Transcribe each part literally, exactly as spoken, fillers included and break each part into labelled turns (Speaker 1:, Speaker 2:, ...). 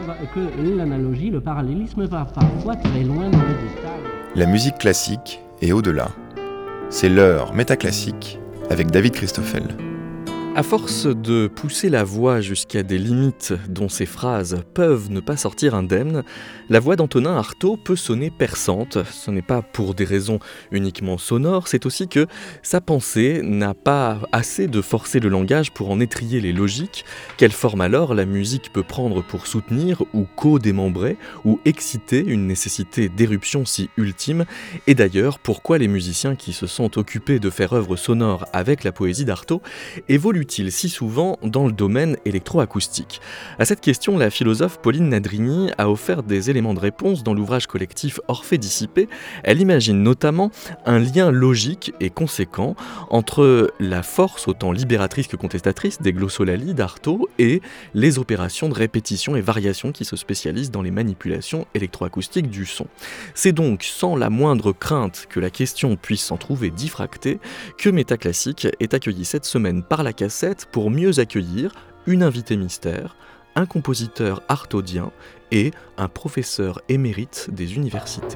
Speaker 1: que l'analogie, le parallélisme va parfois très loin dans le détail.
Speaker 2: La musique classique et au-delà. C'est l'heure métaclassique avec David Christoffel.
Speaker 3: À force de pousser la voix jusqu'à des limites dont ces phrases peuvent ne pas sortir indemnes, la voix d'Antonin Artaud peut sonner perçante. Ce n'est pas pour des raisons uniquement sonores, c'est aussi que sa pensée n'a pas assez de forcer le langage pour en étrier les logiques. Quelle forme alors la musique peut prendre pour soutenir ou co-démembrer ou exciter une nécessité d'éruption si ultime? Et d'ailleurs, pourquoi les musiciens qui se sont occupés de faire œuvre sonore avec la poésie d'Artaud évoluent il si souvent dans le domaine électroacoustique? À cette question, la philosophe Pauline Nadrini a offert des éléments de réponse dans l'ouvrage collectif Orphée dissipé. Elle imagine notamment un lien logique et conséquent entre la force autant libératrice que contestatrice des glossolalie d'Artaud et les opérations de répétition et variation qui se spécialisent dans les manipulations électroacoustiques du son. C'est donc sans la moindre crainte que la question puisse s'en trouver diffractée que Métaclassique est accueilli cette semaine par la cassette pour mieux accueillir une invitée mystère, un compositeur artaudien et un professeur émérite des universités.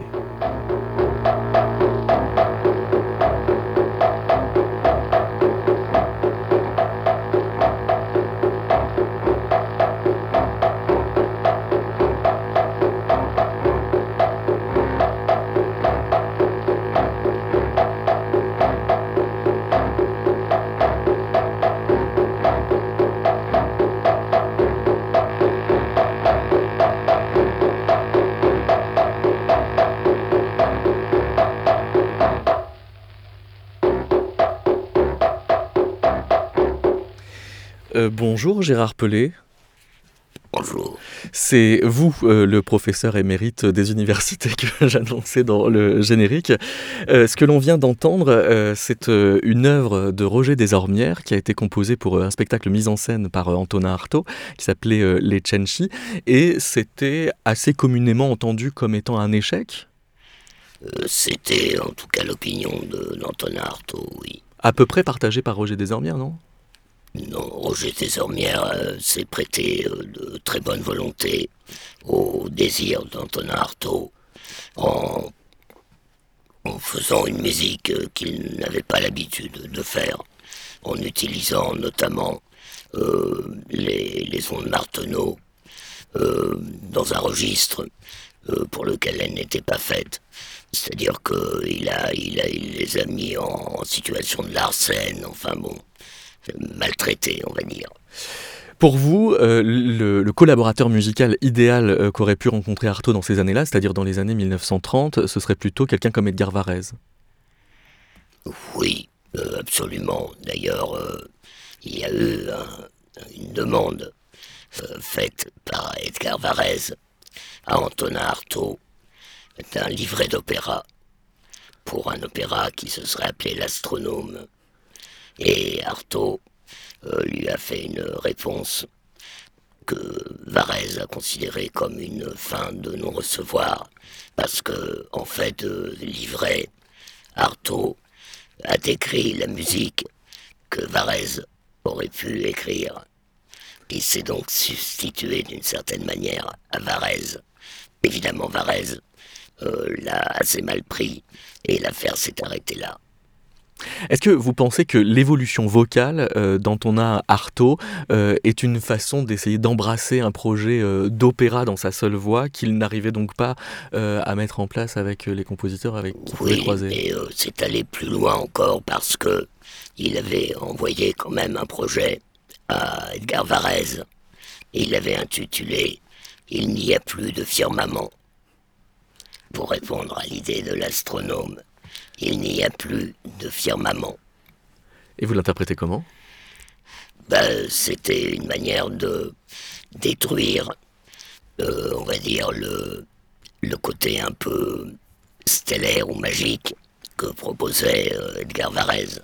Speaker 3: Euh, bonjour Gérard Pelé.
Speaker 4: Bonjour.
Speaker 3: C'est vous, euh, le professeur émérite des universités que j'annonçais dans le générique. Euh, ce que l'on vient d'entendre, euh, c'est euh, une œuvre de Roger Desormières qui a été composée pour euh, un spectacle mis en scène par euh, Antonin Artaud, qui s'appelait euh, Les Cenci, et c'était assez communément entendu comme étant un échec.
Speaker 4: Euh, c'était en tout cas l'opinion de, d'Antonin Artaud, oui.
Speaker 3: À peu près partagée par Roger Desormières, non ?
Speaker 4: Non, Roger Desormières euh, s'est prêté euh, de très bonne volonté au désir d'Antonin Artaud en, en faisant une musique euh, qu'il n'avait pas l'habitude de faire, en utilisant notamment euh, les, les ondes Martenot euh, dans un registre euh, pour lequel elles n'étaient pas faites. C'est-à-dire qu'il a, il a, il les a mis en, en situation de Larsen, enfin bon, maltraité, on va dire.
Speaker 3: Pour vous, euh, le, le collaborateur musical idéal euh, qu'aurait pu rencontrer Artaud dans ces années-là, c'est-à-dire dans les années mille neuf cent trente, ce serait plutôt quelqu'un comme Edgar Varèse.
Speaker 4: Oui, euh, absolument. D'ailleurs, euh, il y a eu un, une demande euh, faite par Edgar Varèse à Antonin Artaud d'un livret d'opéra pour un opéra qui se serait appelé L'Astronome. Et Artaud euh, lui a fait une réponse que Varèse a considérée comme une fin de non-recevoir, parce que, en fait, euh, livret, Artaud a décrit la musique que Varèse aurait pu écrire. Il s'est donc substitué d'une certaine manière à Varèse. Évidemment, Varèse euh, l'a assez mal pris et l'affaire s'est arrêtée là.
Speaker 3: Est-ce que vous pensez que l'évolution vocale euh, d'Antonin Artaud euh, est une façon d'essayer d'embrasser un projet euh, d'opéra dans sa seule voix qu'il n'arrivait donc pas euh, à mettre en place avec les compositeurs avec qui il pouvait croiser ?
Speaker 4: Oui, mais euh, c'est allé plus loin encore parce que il avait envoyé quand même un projet à Edgar Varèse et il avait intitulé « Il n'y a plus de firmament » pour répondre à l'idée de l'astronome. Il n'y a plus de firmament.
Speaker 3: Et vous l'interprétez comment ?
Speaker 4: Ben, c'était une manière de détruire, euh, on va dire, le, le côté un peu stellaire ou magique que proposait euh, Edgar Varèse.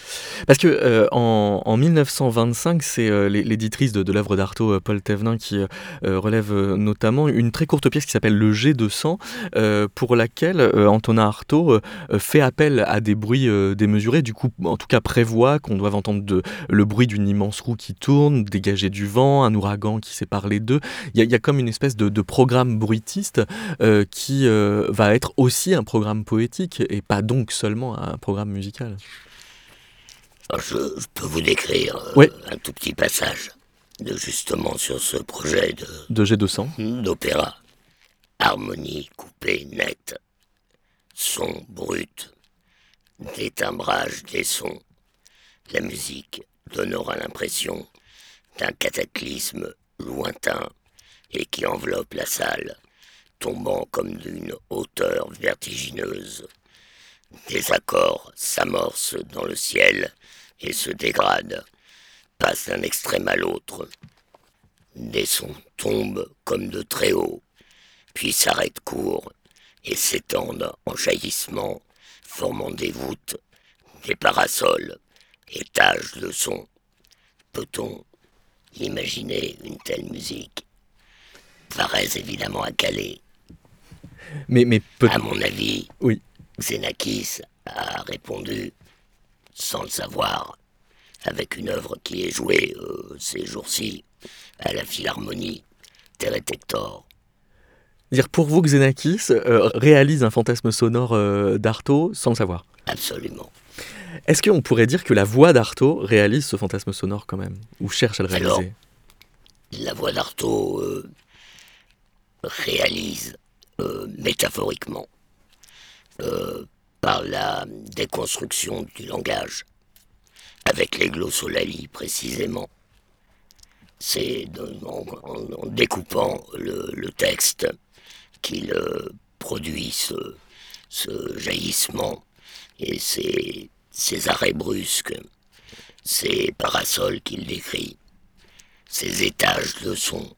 Speaker 3: Parce que euh, en, en mille neuf cent vingt-cinq, c'est euh, l'éditrice de, de l'œuvre d'Artaud, euh, Paul Thévenin, qui euh, relève euh, notamment une très courte pièce qui s'appelle Le Jet de sang, euh, pour laquelle euh, Antonin Artaud euh, fait appel à des bruits euh, démesurés, du coup, en tout cas prévoit qu'on doive entendre de, le bruit d'une immense roue qui tourne, dégager du vent, un ouragan qui sépare les deux. Il y, y a comme une espèce de, de programme bruitiste euh, qui euh, va être aussi un programme poétique et pas donc seulement un programme musical.
Speaker 4: Je, je peux vous décrire euh,
Speaker 3: oui.
Speaker 4: un tout petit passage de justement sur ce projet de,
Speaker 3: de Jet de sang
Speaker 4: d'opéra. Harmonie coupée nette, son brut, détimbrage des sons. La musique donnera l'impression d'un cataclysme lointain et qui enveloppe la salle, tombant comme d'une hauteur vertigineuse. Des accords s'amorcent dans le ciel et se dégradent, passent d'un extrême à l'autre. Des sons tombent comme de très haut, puis s'arrêtent court et s'étendent en jaillissements, formant des voûtes, des parasols, étages de son. Peut-on imaginer une telle musique? Varèse évidemment à Calais.
Speaker 3: Mais, mais peut...
Speaker 4: À mon avis,
Speaker 3: oui.
Speaker 4: Xenakis a répondu, sans le savoir, avec une œuvre qui est jouée euh, ces jours-ci à la Philharmonie, Térétector.
Speaker 3: Dire pour vous, Xenakis euh, réalise un fantasme sonore euh, d'Artaud sans le savoir.
Speaker 4: Absolument.
Speaker 3: Est-ce qu'on pourrait dire que la voix d'Artaud réalise ce fantasme sonore quand même, ou cherche à le réaliser?
Speaker 4: Alors, la voix d'Artaud euh, réalise euh, métaphoriquement euh, par la déconstruction du langage, avec les glossolalie précisément. C'est en, en, en découpant le, le texte qu'il euh, produit ce, ce jaillissement et ces, ces arrêts brusques, ces parasols qu'il décrit, ces étages de son.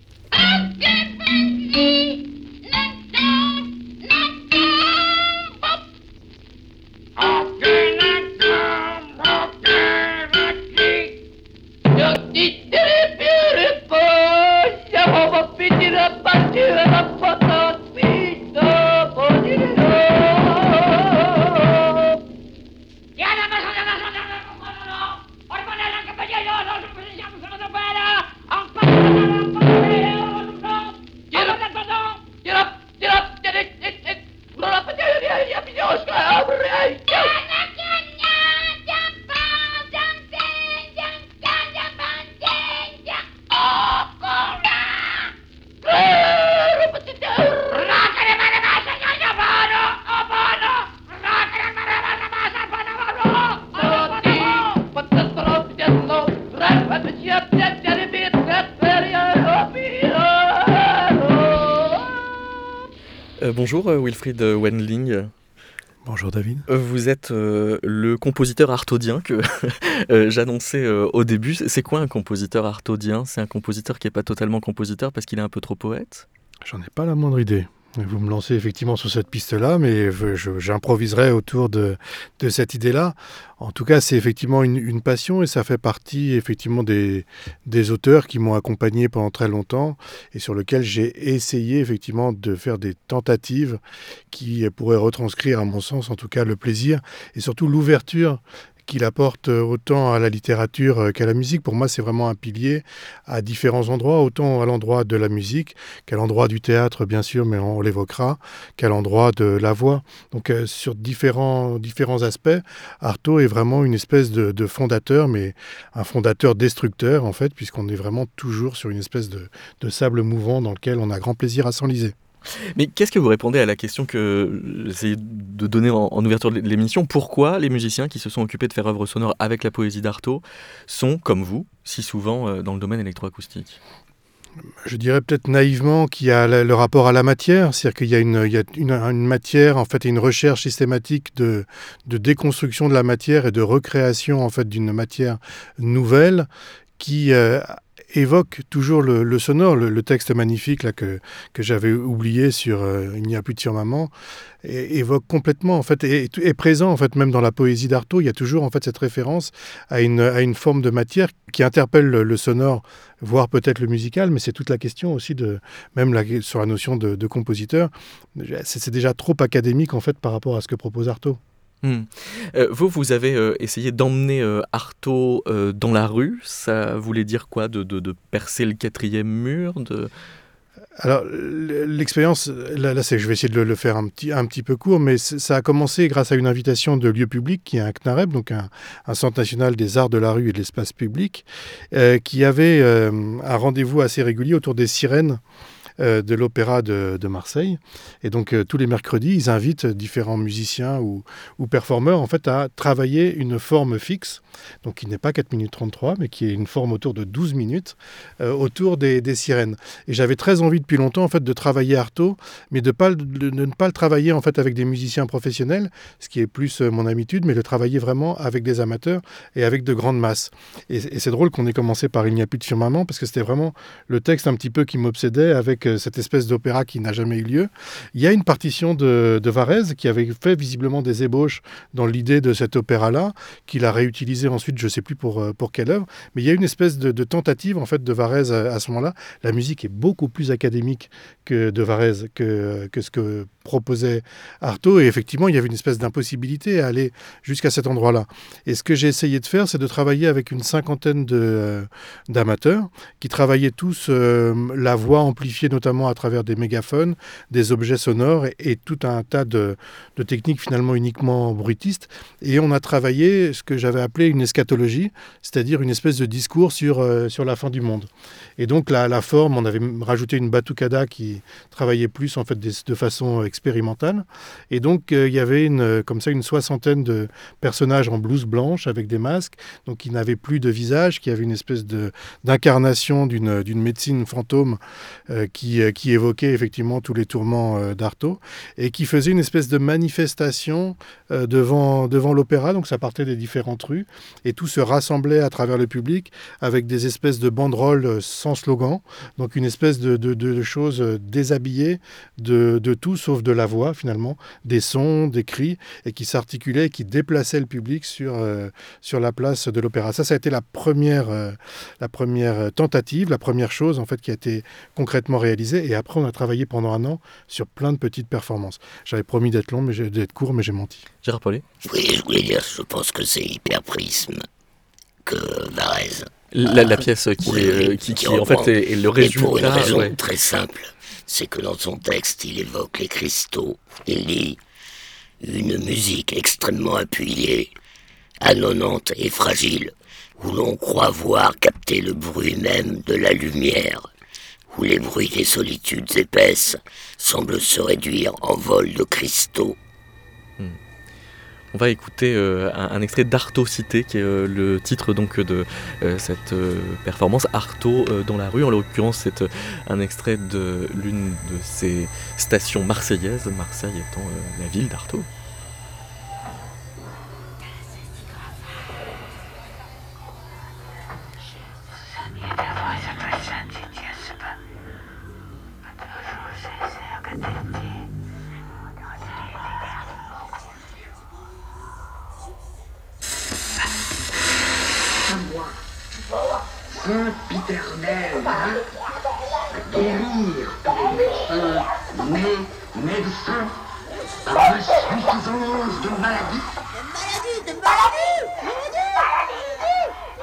Speaker 3: Euh, bonjour euh, Wilfried Wendling.
Speaker 5: Bonjour David.
Speaker 3: Vous êtes euh, le compositeur artaudien que euh, j'annonçais euh, au début. C'est quoi un compositeur artaudien? C'est un compositeur qui n'est pas totalement compositeur parce qu'il est un peu trop poète?
Speaker 5: J'en ai pas la moindre idée. Vous me lancez effectivement sur cette piste-là, mais je, j'improviserai autour de, de cette idée-là. En tout cas, c'est effectivement une, une passion et ça fait partie effectivement des, des auteurs qui m'ont accompagné pendant très longtemps et sur lesquels j'ai essayé effectivement de faire des tentatives qui pourraient retranscrire, à mon sens en tout cas, le plaisir et surtout l'ouverture qu'il apporte autant à la littérature qu'à la musique. Pour moi, c'est vraiment un pilier à différents endroits, autant à l'endroit de la musique qu'à l'endroit du théâtre, bien sûr, mais on l'évoquera, qu'à l'endroit de la voix. Donc, euh, sur différents, différents aspects, Artaud est vraiment une espèce de, de fondateur, mais un fondateur destructeur, en fait, puisqu'on est vraiment toujours sur une espèce de, de sable mouvant dans lequel on a grand plaisir à s'enliser.
Speaker 3: Mais qu'est-ce que vous répondez à la question que j'essaie de donner en, en ouverture de l'émission? Pourquoi les musiciens qui se sont occupés de faire œuvre sonore avec la poésie d'Artaud sont, comme vous, si souvent dans le domaine électroacoustique?
Speaker 5: Je dirais peut-être naïvement qu'il y a le rapport à la matière, c'est-à-dire qu'il y a une, il y a une, une matière, en fait, une recherche systématique de, de déconstruction de la matière et de recréation en fait d'une matière nouvelle qui euh, évoque toujours le, le sonore, le, le texte magnifique là, que, que j'avais oublié sur euh, « Il n'y a plus de firmament », é- évoque complètement, en fait, et est présent en fait, même dans la poésie d'Artaud, il y a toujours en fait, cette référence à une, à une forme de matière qui interpelle le, le sonore, voire peut-être le musical, mais c'est toute la question aussi, de, même la, sur la notion de, de compositeur. C'est, c'est déjà trop académique en fait, par rapport à ce que propose Artaud.
Speaker 3: Mmh. Euh, vous, vous avez euh, essayé d'emmener euh, Artaud euh, dans la rue. Ça voulait dire quoi, de, de, de percer le quatrième mur de...
Speaker 5: Alors, l'expérience, là, là c'est, je vais essayer de le, le faire un petit, un petit peu court, mais ça a commencé grâce à une invitation de Lieu Public, qui est un CNAREP, donc un, un Centre National des Arts de la Rue et de l'Espace Public, euh, qui avait euh, un rendez-vous assez régulier autour des sirènes euh, de l'Opéra de, de Marseille. Et donc, euh, tous les mercredis, ils invitent différents musiciens ou, ou performeurs, en fait, à travailler une forme fixe, donc qui n'est pas quatre minutes trente-trois, mais qui est une forme autour de douze minutes, euh, autour des, des sirènes. Et j'avais très envie depuis longtemps, en fait, de travailler Artaud, mais de, pas, de, de ne pas le travailler, en fait, avec des musiciens professionnels, ce qui est plus euh, mon habitude, mais de travailler vraiment avec des amateurs et avec de grandes masses. Et, et c'est drôle qu'on ait commencé par « Il n'y a plus de firmament », parce que c'était vraiment le texte un petit peu qui m'obsédait avec euh, cette espèce d'opéra qui n'a jamais eu lieu. Il y a une partition de, de Varèse qui avait fait visiblement des ébauches dans l'idée de cet opéra-là, qu'il a réutilisé ensuite, je ne sais plus pour, pour quelle œuvre, mais il y a une espèce de, de tentative en fait, de Varèse à, à ce moment-là. La musique est beaucoup plus académique que de Varèse, que, que ce que proposait Artaud, et effectivement, il y avait une espèce d'impossibilité à aller jusqu'à cet endroit-là. Et ce que j'ai essayé de faire, c'est de travailler avec une cinquantaine de, euh, d'amateurs qui travaillaient tous euh, la voix amplifiée, notamment à travers des mégaphones, des objets sonores et, et tout un tas de, de techniques finalement uniquement bruitistes. Et on a travaillé ce que j'avais appelé une eschatologie, c'est-à-dire une espèce de discours sur, euh, sur la fin du monde. Et donc la, la forme, on avait rajouté une batucada qui travaillait plus en fait de, de façon expérimentale. Et donc euh, il y avait une, comme ça une soixantaine de personnages en blouse blanche avec des masques, donc qui n'avaient plus de visage, qui avaient une espèce de, d'incarnation d'une, d'une médecine fantôme euh, qui, euh, qui évoquait effectivement tous les tourments euh, d'Artaud et qui faisait une espèce de manifestation euh, devant, devant l'opéra. Donc ça partait des différentes rues et tout se rassemblait à travers le public avec des espèces de banderoles sans slogan, donc une espèce de, de, de choses déshabillées de, de tout sauf de la voix finalement, des sons, des cris et qui s'articulaient et qui déplaçaient le public sur, euh, sur la place de l'opéra. Ça, ça a été la première, euh, la première tentative, la première chose en fait qui a été concrètement réalisée et après on a travaillé pendant un an sur plein de petites performances. J'avais promis d'être long, mais j'ai, d'être court, mais j'ai menti.
Speaker 3: Gérard Paulet ?
Speaker 4: Oui, je voulais dire, je pense que c'est Hyperprisme que Varèse.
Speaker 3: La, la pièce qui,
Speaker 4: oui,
Speaker 3: est,
Speaker 4: oui,
Speaker 3: qui, qui,
Speaker 4: qui
Speaker 3: en fait est, est le résultat.
Speaker 4: Et pour une raison
Speaker 3: ouais.
Speaker 4: très simple, c'est que dans son texte, il évoque les cristaux. Il dit une musique extrêmement appuyée, annonante et fragile, où l'on croit voir capter le bruit même de la lumière, où les bruits des solitudes épaisses semblent se réduire en vol de cristaux.
Speaker 3: Hmm. On va écouter euh, un, un extrait d'Artaud Cité, qui est euh, le titre donc de euh, cette euh, performance, Artaud euh, dans la rue. En l'occurrence, c'est euh, un extrait de l'une de ces stations marseillaises, Marseille étant euh, la ville d'Artaud.
Speaker 6: Sempiternel, hein, à guérir tous les médecins, mais médecins, par insuffisance de maladie.
Speaker 7: De maladie, de maladie, maladie.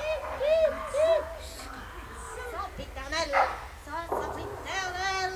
Speaker 7: Sempiternel, sempiternel.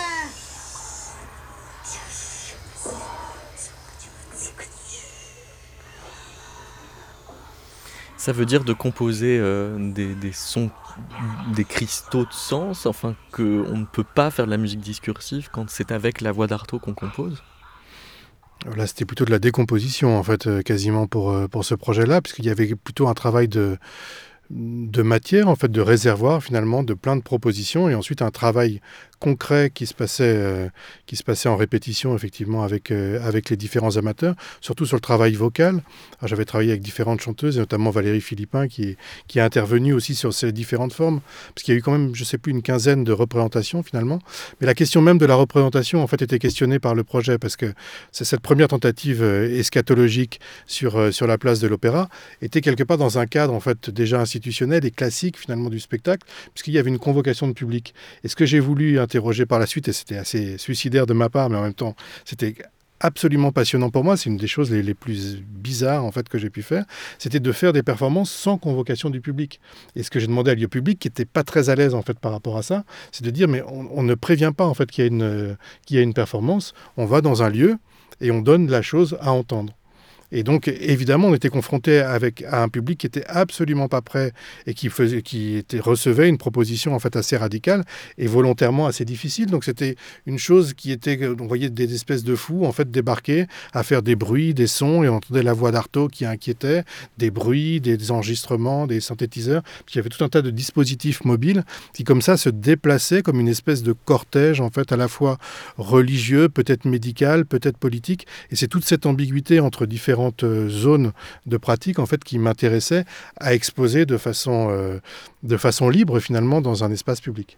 Speaker 3: Ça veut dire de composer euh, des, des sons, des cristaux de sens, enfin qu'on ne peut pas faire de la musique discursive quand c'est avec la voix d'Artaud qu'on compose ?
Speaker 5: Là, c'était plutôt de la décomposition, en fait, quasiment pour, pour ce projet-là, puisqu'il y avait plutôt un travail de, de matière, en fait, de réservoir, finalement, de plein de propositions, et ensuite un travail concret qui se passait, euh, qui se passait en répétition, effectivement, avec, euh, avec les différents amateurs, surtout sur le travail vocal. Alors, j'avais travaillé avec différentes chanteuses, et notamment Valérie Philippin, qui, qui a intervenu aussi sur ces différentes formes, parce qu'il y a eu quand même, je ne sais plus, une quinzaine de représentations, finalement. Mais la question même de la représentation, en fait, était questionnée par le projet, parce que c'est cette première tentative euh, eschatologique sur, euh, sur la place de l'Opéra, était quelque part dans un cadre, en fait, déjà institutionnel et classique, finalement, du spectacle, puisqu'il y avait une convocation de public. Et ce que j'ai voulu interroger par la suite, et c'était assez suicidaire de ma part, mais en même temps, c'était absolument passionnant pour moi, c'est une des choses les, les plus bizarres en fait que j'ai pu faire, c'était de faire des performances sans convocation du public. Et ce que j'ai demandé à Lieu Public, qui n'était pas très à l'aise en fait par rapport à ça, c'est de dire mais on, on ne prévient pas en fait qu'il y a une, euh, qu'il y a une performance, on va dans un lieu et on donne la chose à entendre. Et donc, évidemment, on était confronté avec, à un public qui était absolument pas prêt et qui, faisait, qui était, recevait une proposition en fait assez radicale et volontairement assez difficile. Donc, c'était une chose qui était, on voyait des espèces de fous en fait débarquer à faire des bruits, des sons, et on entendait la voix d'Artaud qui inquiétait, des bruits, des enregistrements, des synthétiseurs. Puis il y avait tout un tas de dispositifs mobiles qui, comme ça, se déplaçaient comme une espèce de cortège en fait à la fois religieux, peut-être médical, peut-être politique. Et c'est toute cette ambiguïté entre différents zones de pratique en fait qui m'intéressaient à exposer de façon, euh, de façon libre finalement dans un espace public.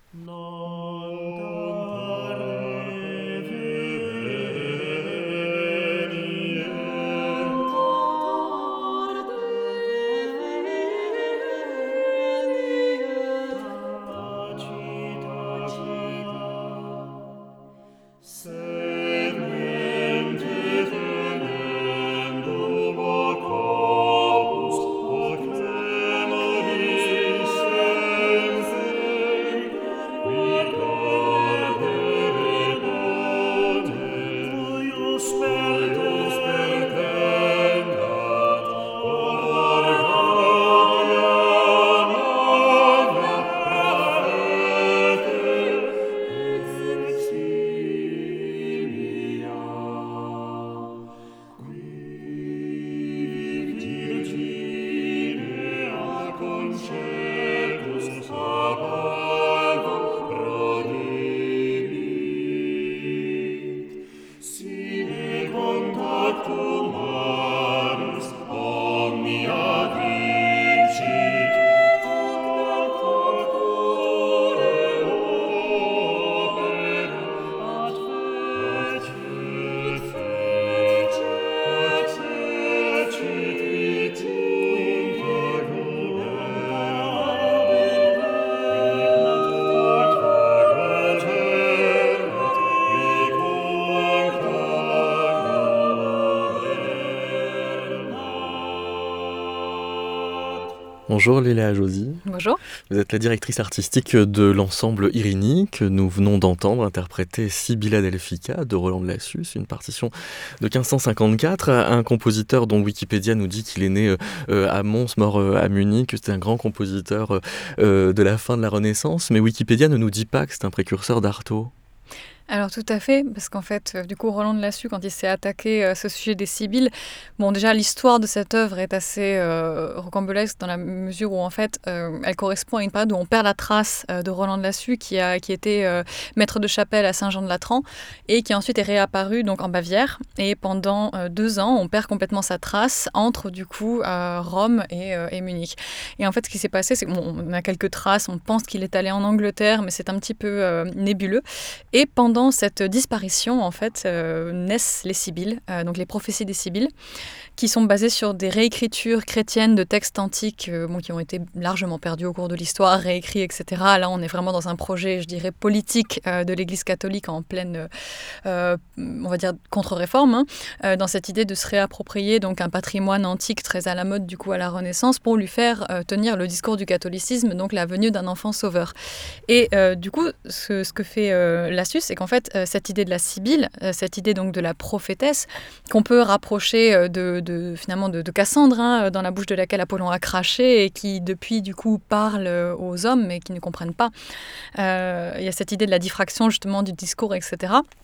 Speaker 3: Bonjour Léa Josie.
Speaker 8: Bonjour.
Speaker 3: Vous êtes la directrice artistique de l'ensemble Irini que nous venons d'entendre interpréter Sibylla Delphica de Roland de Lassus, une partition de quinze cent cinquante-quatre, un compositeur dont Wikipédia nous dit qu'il est né euh, à Mons, mort euh, à Munich, que c'était un grand compositeur euh, de la fin de la Renaissance, mais Wikipédia ne nous dit pas que c'est un précurseur d'Artaud.
Speaker 8: Alors tout à fait, parce qu'en fait, euh, du coup, Roland de Lassus, quand il s'est attaqué à ce sujet des Sibylles, bon, déjà, l'histoire de cette œuvre est assez euh, rocambolesque dans la mesure où, en fait, euh, elle correspond à une période où on perd la trace euh, de Roland de Lassus, qui, a, qui était euh, maître de chapelle à Saint-Jean-de-Latran, et qui ensuite est réapparu donc, en Bavière. Et pendant euh, deux ans, on perd complètement sa trace entre, du coup, euh, Rome et, euh, et Munich. Et en fait, ce qui s'est passé, c'est qu'on a quelques traces, on pense qu'il est allé en Angleterre, mais c'est un petit peu euh, nébuleux. Et pendant cette disparition, en fait, euh, naissent les Sibylles, euh, donc les prophéties des Sibylles, qui sont basées sur des réécritures chrétiennes de textes antiques euh, bon, qui ont été largement perdus au cours de l'histoire, réécrits, et cetera. Là, on est vraiment dans un projet, je dirais, politique euh, de l'Église catholique en pleine, euh, on va dire, contre-réforme, hein, euh, dans cette idée de se réapproprier donc, un patrimoine antique très à la mode, du coup, à la Renaissance, pour lui faire euh, tenir le discours du catholicisme, donc la venue d'un enfant sauveur. Et euh, du coup, ce, ce que fait euh, Lassus, c'est qu'en fait, euh, cette idée de la Sibylle, euh, cette idée donc de la prophétesse, qu'on peut rapprocher euh, de, de, finalement de, de Cassandre, hein, dans la bouche de laquelle Apollon a craché et qui depuis du coup parle aux hommes mais qui ne comprennent pas. Euh, il y a cette idée de la diffraction justement du discours, et cetera.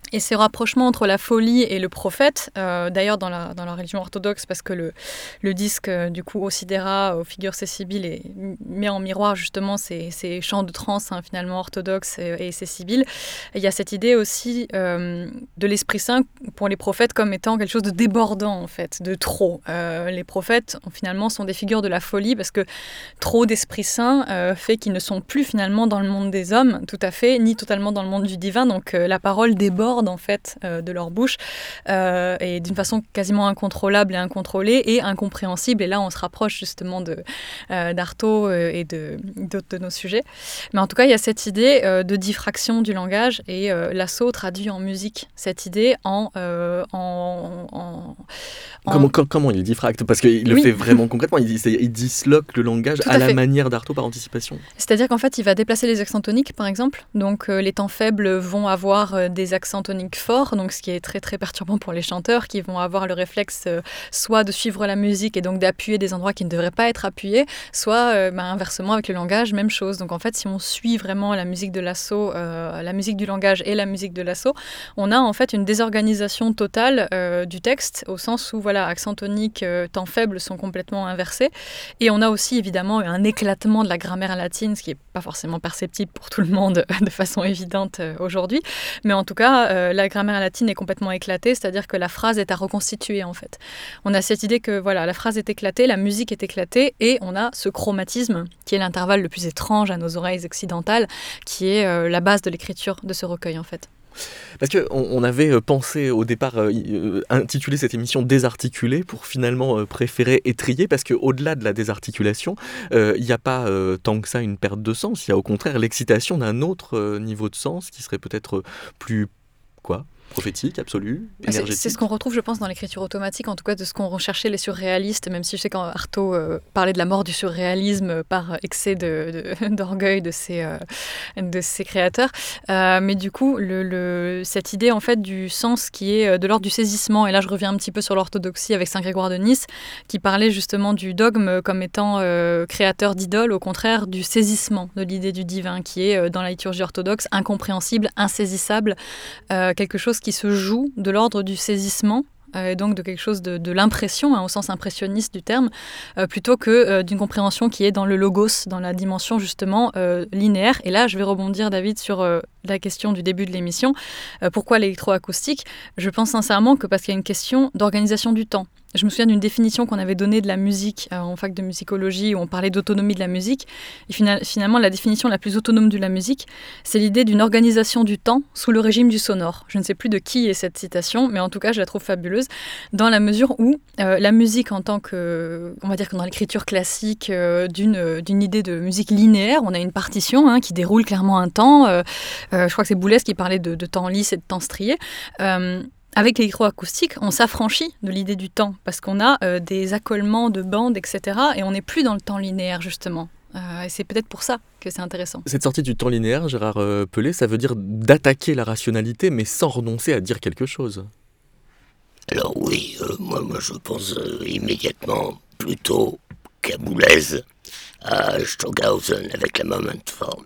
Speaker 8: Et ces rapprochements entre la folie et le prophète, euh, d'ailleurs dans la, dans la religion orthodoxe, parce que le, le disque euh, du coup Osidera, aux figures ces Sibylles, et met en miroir justement ces, ces chants de trance hein, finalement orthodoxes et, et ces Sibylles. Il y a cette idée aussi euh, de l'Esprit Saint pour les prophètes comme étant quelque chose de débordant en fait, de trop. Euh, les prophètes finalement sont des figures de la folie parce que trop d'Esprit Saint euh, fait qu'ils ne sont plus finalement dans le monde des hommes tout à fait, ni totalement dans le monde du divin, donc euh, la parole déborde en fait euh, de leur bouche euh, et d'une façon quasiment incontrôlable et incontrôlée et incompréhensible, et là on se rapproche justement de, euh, d'Artaud euh, et de, d'autres de nos sujets, mais en tout cas il y a cette idée euh, de diffraction du langage, et euh, Lasso traduit en musique cette idée en, euh, en, en, en...
Speaker 3: Comment, com- comment il diffracte? Parce qu'il le
Speaker 8: Oui.
Speaker 3: fait vraiment concrètement, il, il disloque le langage
Speaker 8: Tout
Speaker 3: à,
Speaker 8: à
Speaker 3: la
Speaker 8: fait.
Speaker 3: manière d'Artaud par anticipation.
Speaker 8: C'est-à-dire qu'en fait, il va déplacer les accents toniques, par exemple. Donc, euh, les temps faibles vont avoir euh, des accents toniques forts, donc ce qui est très très perturbant pour les chanteurs, qui vont avoir le réflexe euh, soit de suivre la musique et donc d'appuyer des endroits qui ne devraient pas être appuyés, soit euh, bah, inversement avec le langage, même chose. Donc en fait, si on suit vraiment la musique de Lasso, euh, la musique du langage et la musique de Lasso, on a en fait une désorganisation totale euh, du texte, au sens où voilà, accents toniques, euh, temps faibles sont complètement inversés, et on a aussi évidemment un éclatement de la grammaire latine, ce qui n'est pas forcément perceptible pour tout le monde de façon évidente euh, aujourd'hui, mais en tout cas, euh, la grammaire latine est complètement éclatée, c'est-à-dire que la phrase est à reconstituer en fait. On a cette idée que voilà, la phrase est éclatée, la musique est éclatée, et on a ce chromatisme qui est l'intervalle le plus étrange à nos oreilles occidentales, qui est euh, la base de l'écriture de ce recueil en fait.
Speaker 3: Parce qu'on on avait pensé au départ euh, euh, intituler cette émission Désarticulée pour finalement euh, préférer étrier, parce qu'au-delà de la désarticulation, il euh, n'y a pas euh, tant que ça une perte de sens, il y a au contraire l'excitation d'un autre euh, niveau de sens qui serait peut-être plus... quoi prophétique, absolu, énergétique.
Speaker 8: C'est, c'est ce qu'on retrouve, je pense, dans l'écriture automatique, en tout cas de ce qu'ont recherché les surréalistes, même si je sais qu'Artaud euh, parlait de la mort du surréalisme par excès de, de, d'orgueil de ses, euh, de ses créateurs. Euh, mais du coup, le, le, cette idée en fait du sens qui est de l'ordre du saisissement, et là je reviens un petit peu sur l'orthodoxie avec Saint Grégoire de Nice, qui parlait justement du dogme comme étant euh, créateur d'idoles, au contraire du saisissement de l'idée du divin, qui est euh, dans la liturgie orthodoxe incompréhensible, insaisissable, euh, quelque chose qui se joue de l'ordre du saisissement, euh, et donc de quelque chose de, de l'impression, hein, au sens impressionniste du terme, euh, plutôt que euh, d'une compréhension qui est dans le logos, dans la dimension justement euh, linéaire. Et là, je vais rebondir, David, sur euh, la question du début de l'émission. Euh, pourquoi l'électroacoustique ? Je pense sincèrement que parce qu'il y a une question d'organisation du temps. Je me souviens d'une définition qu'on avait donnée de la musique euh, en fac de musicologie, où on parlait d'autonomie de la musique. Et final, finalement, la définition la plus autonome de la musique, c'est l'idée d'une organisation du temps sous le régime du sonore. Je ne sais plus de qui est cette citation, mais en tout cas, je la trouve fabuleuse, dans la mesure où euh, la musique en tant que, on va dire que dans l'écriture classique euh, d'une, d'une idée de musique linéaire, on a une partition hein, qui déroule clairement un temps. Euh, euh, je crois que c'est Boulez qui parlait de, de temps lisse et de temps strié. Euh, Avec l'électroacoustique, on s'affranchit de l'idée du temps, parce qu'on a euh, des accolements de bandes, et cetera, et on n'est plus dans le temps linéaire, justement. Euh, et c'est peut-être pour ça que c'est intéressant.
Speaker 3: Cette sortie du temps linéaire, Gérard euh, Pelé, ça veut dire d'attaquer la rationalité, mais sans renoncer à dire quelque chose.
Speaker 4: Alors oui, euh, moi, moi je pense euh, immédiatement plutôt qu'à Boulez, à Stockhausen avec la moment form.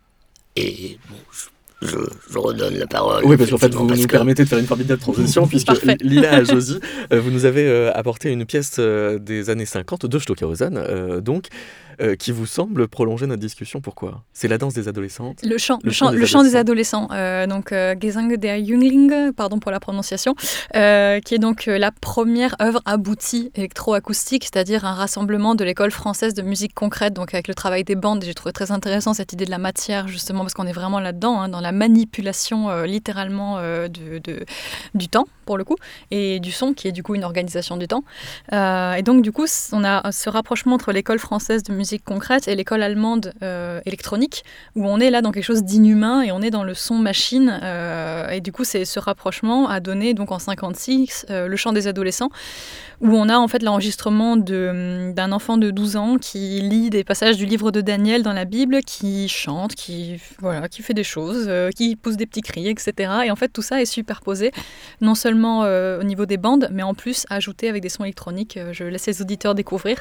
Speaker 4: Et bon, je... Je, je redonne la parole.
Speaker 3: Oui, parce qu'en fait, vous
Speaker 4: parce
Speaker 3: nous
Speaker 4: que...
Speaker 3: permettez de faire une formidable transition, puisque
Speaker 8: Parfait.
Speaker 3: Lila Josie, euh, vous nous avez euh, apporté une pièce euh, des années cinquante de Stockhausen, euh, donc, euh, qui vous semble prolonger notre discussion. Pourquoi ? C'est la danse des adolescentes.
Speaker 8: Le chant,
Speaker 3: Le
Speaker 8: le
Speaker 3: chant
Speaker 8: chant,
Speaker 3: des
Speaker 8: le chant des adolescents, euh, donc euh, Gesang der Jünglinge, pardon pour la prononciation, euh, qui est donc euh, la première œuvre aboutie électroacoustique, c'est-à-dire un rassemblement de l'école française de musique concrète, donc avec le travail des bandes. Et j'ai trouvé très intéressant cette idée de la matière, justement, parce qu'on est vraiment là-dedans, hein, dans la manipulation euh, littéralement euh, de, de, du temps, pour le coup, et du son, qui est du coup une organisation du temps. Euh, et donc, du coup, on a ce rapprochement entre l'école française de musique concrète et l'école allemande euh, électronique, où on est là dans quelque chose d'inhumain et on est dans le son machine. Euh, et du coup, c'est, ce rapprochement a donné, donc en cinquante-six, euh, le chant des adolescents, où on a en fait l'enregistrement de, d'un enfant de douze ans qui lit des passages du livre de Daniel dans la Bible, qui chante, qui, voilà, qui fait des choses, euh, qui pousse des petits cris, et cetera. Et en fait, tout ça est superposé, non seulement euh, au niveau des bandes, mais en plus ajouté avec des sons électroniques. Je laisse les auditeurs découvrir.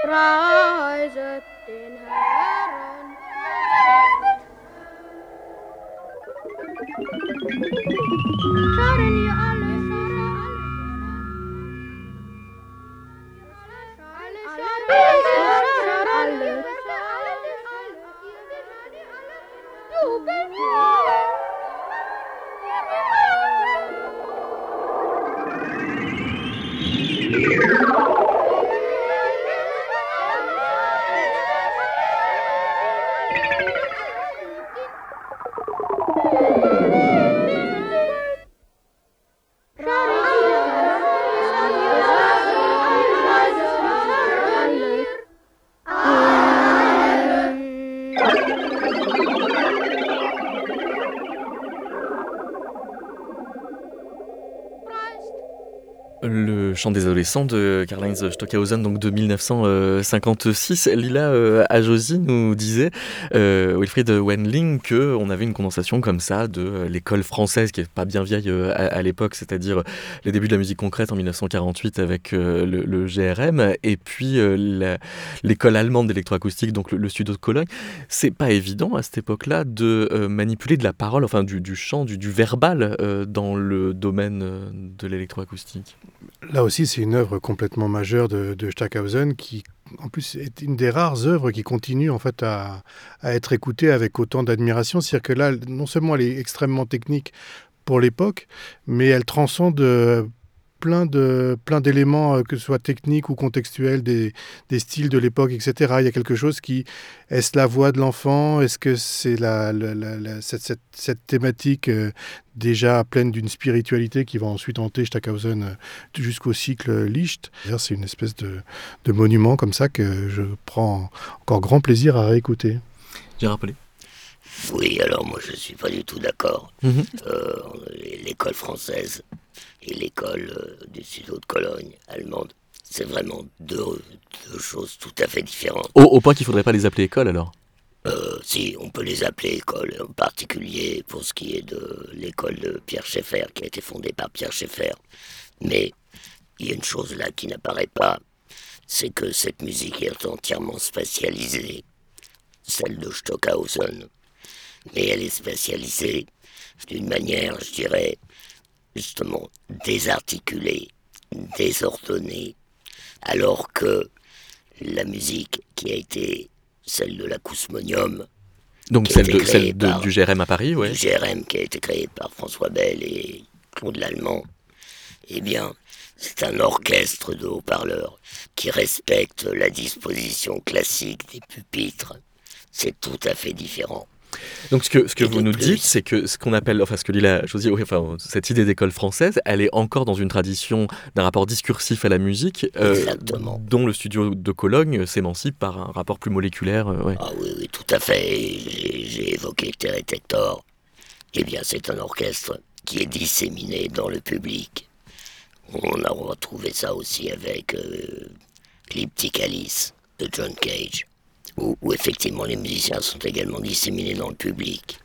Speaker 9: reiset den Herren. Schauen ihr alle,
Speaker 3: Le chant des adolescents de Karl-Heinz Stockhausen, donc de dix-neuf cent cinquante-six. Lila euh, Ajosi nous disait, euh, Wilfried Wendling, qu'on avait une condensation comme ça de euh, l'école française, qui n'est pas bien vieille euh, à, à l'époque, c'est-à-dire les débuts de la musique concrète en dix-neuf cent quarante-huit avec euh, le, le G R M, et puis euh, la, l'école allemande d'électroacoustique, donc le, le studio de Cologne. C'est pas évident à cette époque-là de euh, manipuler de la parole, enfin du, du chant, du, du verbal euh, dans le domaine euh, de l'électroacoustique.
Speaker 5: Là aussi, c'est une œuvre complètement majeure de, de Stockhausen qui, en plus, est une des rares œuvres qui continue en fait à, à être écoutée avec autant d'admiration. C'est-à-dire que là, non seulement elle est extrêmement technique pour l'époque, mais elle transcende plein de plein d'éléments, que ce soit techniques ou contextuels, des, des styles de l'époque, et cetera. Il y a quelque chose qui... Est-ce la voix de l'enfant ? Est-ce que c'est la, la, la, la, cette, cette, cette thématique euh, déjà pleine d'une spiritualité qui va ensuite hanter Stockhausen euh, jusqu'au cycle Licht ? C'est une espèce de, de monument comme ça que je prends encore grand plaisir à réécouter.
Speaker 3: J'ai rappelé.
Speaker 4: Oui, alors moi je ne suis pas du tout d'accord. Mmh. Euh, l'école française et l'école euh, du studio de Cologne, allemande, c'est vraiment deux, deux choses tout à fait différentes.
Speaker 3: Au, au point qu'il ne faudrait pas les appeler école alors ?
Speaker 4: euh, Si, on peut les appeler école, en particulier pour ce qui est de l'école de Pierre Schaeffer, qui a été fondée par Pierre Schaeffer. Mais il y a une chose là qui n'apparaît pas, c'est que cette musique est entièrement spatialisée, celle de Stockhausen. Mais elle est spatialisée d'une manière, je dirais, justement désarticulée, désordonnée, alors que la musique qui a été celle de l'acousmonium,
Speaker 3: donc celle, de, celle de, du G R M à Paris, ouais.
Speaker 4: Du G R M qui a été créé par François Bell et Claude Lallemand, eh bien, c'est un orchestre de haut-parleurs qui respecte la disposition classique des pupitres. C'est tout à fait différent.
Speaker 3: Donc ce que, ce que vous nous dites, c'est que ce qu'on appelle, enfin ce que dit la Josie, oui, enfin, cette idée d'école française, elle est encore dans une tradition d'un rapport discursif à la musique, euh, dont le studio de Cologne s'émancipe par un rapport plus moléculaire. Euh, ouais.
Speaker 4: Ah oui, oui, tout à fait. J'ai, j'ai évoqué Terre et Tector. Eh bien, c'est un orchestre qui est disséminé dans le public. On a retrouvé ça aussi avec euh, Elliptic Alice de John Cage. Où, où effectivement les musiciens sont également disséminés dans le public.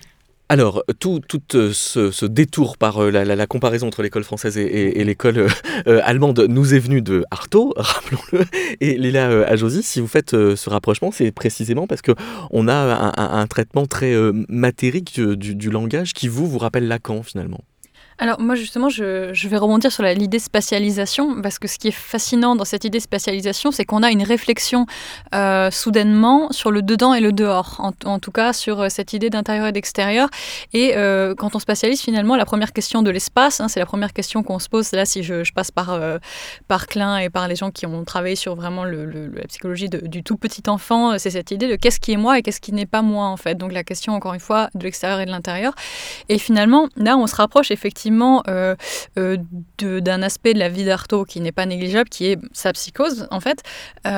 Speaker 3: Alors, tout, tout euh, ce, ce détour par euh, la, la, la comparaison entre l'école française et, et, et l'école euh, euh, allemande nous est venu de Artaud, rappelons-le. Et Lila euh, Ajosi, si vous faites euh, ce rapprochement, c'est précisément parce qu'on a un, un, un traitement très euh, matérique du, du langage qui vous, vous rappelle Lacan finalement.
Speaker 8: Alors moi justement, je, je vais rebondir sur la, l'idée spatialisation, parce que ce qui est fascinant dans cette idée spatialisation, c'est qu'on a une réflexion euh, soudainement sur le dedans et le dehors, en, en tout cas sur cette idée d'intérieur et d'extérieur. Et euh, quand on spatialise finalement, la première question de l'espace, hein, c'est la première question qu'on se pose, là si je, je passe par, euh, par Klein et par les gens qui ont travaillé sur vraiment le, le, la psychologie de, du tout petit enfant, c'est cette idée de qu'est-ce qui est moi et qu'est-ce qui n'est pas moi en fait. Donc la question encore une fois de l'extérieur et de l'intérieur. Et finalement, là on se rapproche effectivement Euh, euh, de, d'un aspect de la vie d'Artaud qui n'est pas négligeable, qui est sa psychose en fait.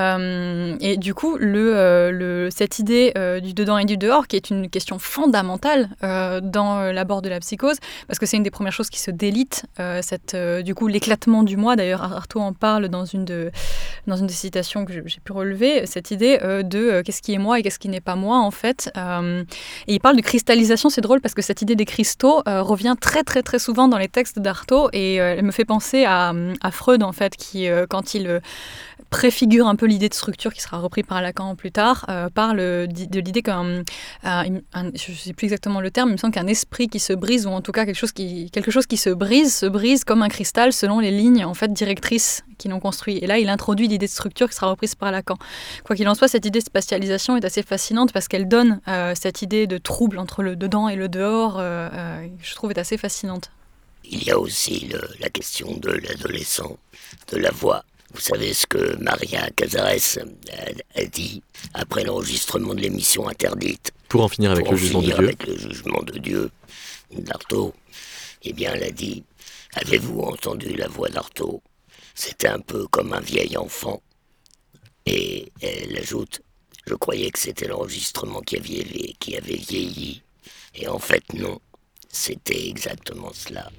Speaker 8: Euh, et du coup, le, euh, le, cette idée euh, du dedans et du dehors, qui est une question fondamentale euh, dans l'abord de la psychose, parce que c'est une des premières choses qui se délite, euh, cette, euh, du coup l'éclatement du moi. D'ailleurs, Artaud en parle dans une, de, dans une des citations que j'ai pu relever, cette idée euh, de euh, qu'est-ce qui est moi et qu'est-ce qui n'est pas moi en fait. Euh, et il parle de cristallisation, c'est drôle parce que cette idée des cristaux euh, revient très très très souvent souvent dans les textes d'Artaud et euh, elle me fait penser à, à Freud en fait, qui euh, quand il euh, préfigure un peu l'idée de structure qui sera reprise par Lacan plus tard, euh, parle de l'idée qu'un, euh, un, je ne sais plus exactement le terme, il me semble qu'un esprit qui se brise, ou en tout cas quelque chose qui, quelque chose qui se brise, se brise comme un cristal selon les lignes en fait, directrices qui l'ont construit. Et là, il introduit l'idée de structure qui sera reprise par Lacan. Quoi qu'il en soit, cette idée de spatialisation est assez fascinante parce qu'elle donne euh, cette idée de trouble entre le dedans et le dehors, euh, euh, je trouve est assez fascinante.
Speaker 4: Il y a aussi le, la question de l'adolescent, de la voix. Vous savez ce que Maria Cazares a, a dit après l'enregistrement de l'émission interdite.
Speaker 3: Pour en finir avec
Speaker 4: pour
Speaker 3: le
Speaker 4: en
Speaker 3: jugement
Speaker 4: finir
Speaker 3: de Dieu.
Speaker 4: avec le jugement de Dieu d'Artaud. Eh bien, elle a dit, avez-vous entendu la voix d'Artaud ? C'était un peu comme un vieil enfant. Et elle ajoute, je croyais que c'était l'enregistrement qui avait, qui avait vieilli. Et en fait, non. C'était exactement cela.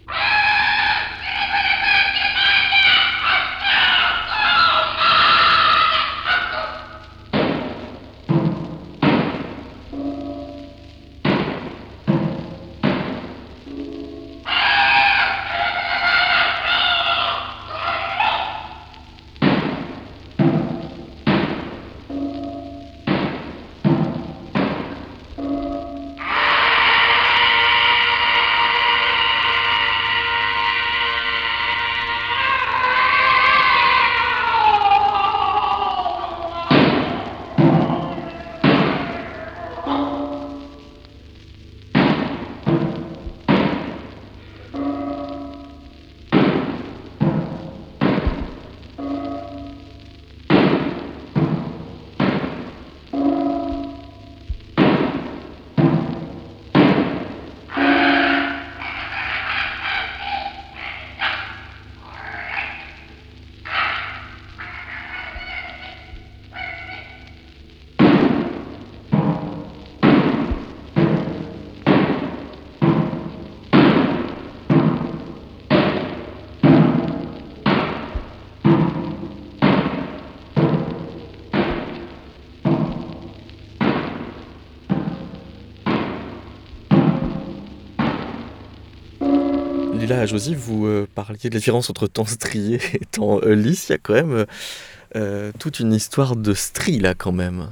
Speaker 3: Lila, Josie, vous euh, parliez de la différence entre temps strié et temps euh, lisse. Il y a quand même euh, toute une histoire de strie là quand même.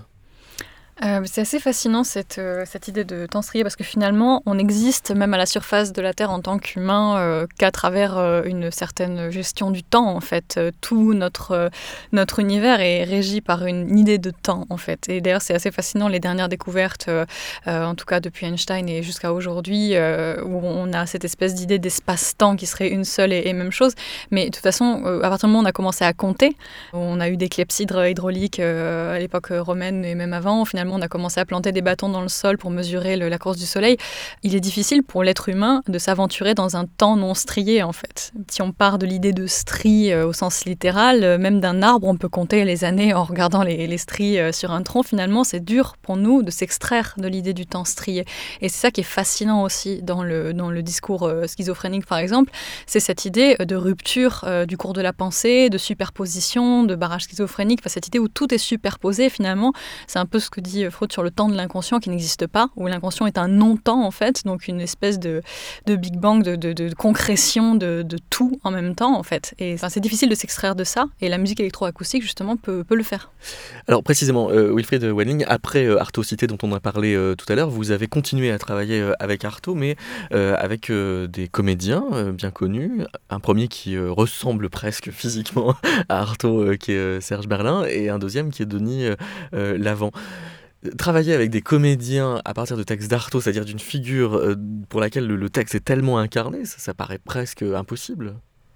Speaker 8: Euh, c'est assez fascinant cette, euh, cette idée de temps strié parce que finalement on existe même à la surface de la Terre en tant qu'humain euh, qu'à travers euh, une certaine gestion du temps en fait. Euh, tout notre, euh, notre univers est régi par une idée de temps en fait. Et d'ailleurs c'est assez fascinant les dernières découvertes, euh, euh, en tout cas depuis Einstein et jusqu'à aujourd'hui, euh, où on a cette espèce d'idée d'espace-temps qui serait une seule et, et même chose. Mais de toute façon, euh, à partir du moment où on a commencé à compter, on a eu des clepsydres hydrauliques euh, à l'époque romaine et même avant, finalement on a commencé à planter des bâtons dans le sol pour mesurer le, la course du soleil. Il est difficile pour l'être humain de s'aventurer dans un temps non strié, en fait. Si on part de l'idée de strie euh, au sens littéral, euh, même d'un arbre, on peut compter les années en regardant les, les stries euh, sur un tronc. Finalement, c'est dur pour nous de s'extraire de l'idée du temps strié. Et c'est ça qui est fascinant aussi dans le, dans le discours euh, schizophrénique, par exemple. C'est cette idée de rupture euh, du cours de la pensée, de superposition, de barrage schizophrénique. Enfin, cette idée où tout est superposé, finalement. C'est un peu ce que dit Freud sur le temps de l'inconscient qui n'existe pas, où l'inconscient est un non-temps en fait, donc une espèce de, de Big Bang, de, de, de concrétion de, de tout en même temps en fait. Et enfin, c'est difficile de s'extraire de ça, et la musique électroacoustique justement peut, peut le faire.
Speaker 3: Alors précisément, euh, Wilfried Welling, après euh, Artaud Cité dont on a parlé euh, tout à l'heure, vous avez continué à travailler euh, avec Artaud, mais euh, avec euh, des comédiens euh, bien connus. Un premier qui euh, ressemble presque physiquement à Artaud, euh, qui est euh, Serge Berlin, et un deuxième qui est Denis euh, euh, Lavant. Travailler avec des comédiens à partir de textes d'Artaud, c'est-à-dire d'une figure euh, pour laquelle le, le texte est tellement incarné, ça, ça paraît presque impossible.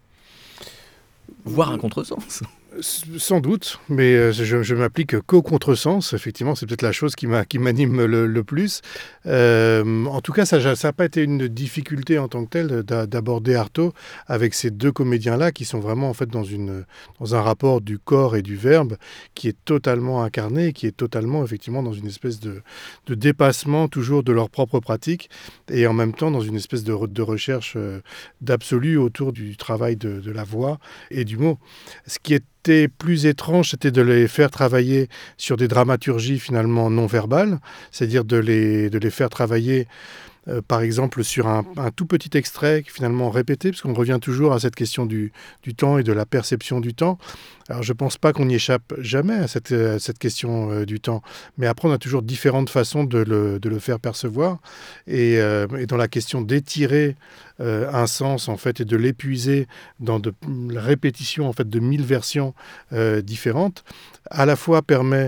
Speaker 3: Voire un contresens.
Speaker 5: Sans doute, mais je, je m'applique qu'au contresens. Effectivement, c'est peut-être la chose qui, m'a, qui m'anime le, le plus. Euh, en tout cas, ça n'a pas été une difficulté en tant que telle d'aborder Artaud avec ces deux comédiens-là qui sont vraiment en fait dans, une, dans un rapport du corps et du verbe qui est totalement incarné, qui est totalement effectivement dans une espèce de, de dépassement toujours de leur propre pratique et en même temps dans une espèce de, de recherche d'absolu autour du travail de, de la voix et du mot. Ce qui est était plus étrange, c'était de les faire travailler sur des dramaturgies finalement non verbales, c'est-à-dire de les, de les faire travailler euh, par exemple sur un, un tout petit extrait finalement répété, parce qu'on revient toujours à cette question du, du temps et de la perception du temps. Alors je ne pense pas qu'on y échappe jamais à cette, à cette question euh, du temps, mais après on a toujours différentes façons de le, de le faire percevoir, et, euh, et dans la question d'étirer euh, un sens en fait et de l'épuiser dans de, la répétition en fait de mille versions euh, différentes, à la fois permet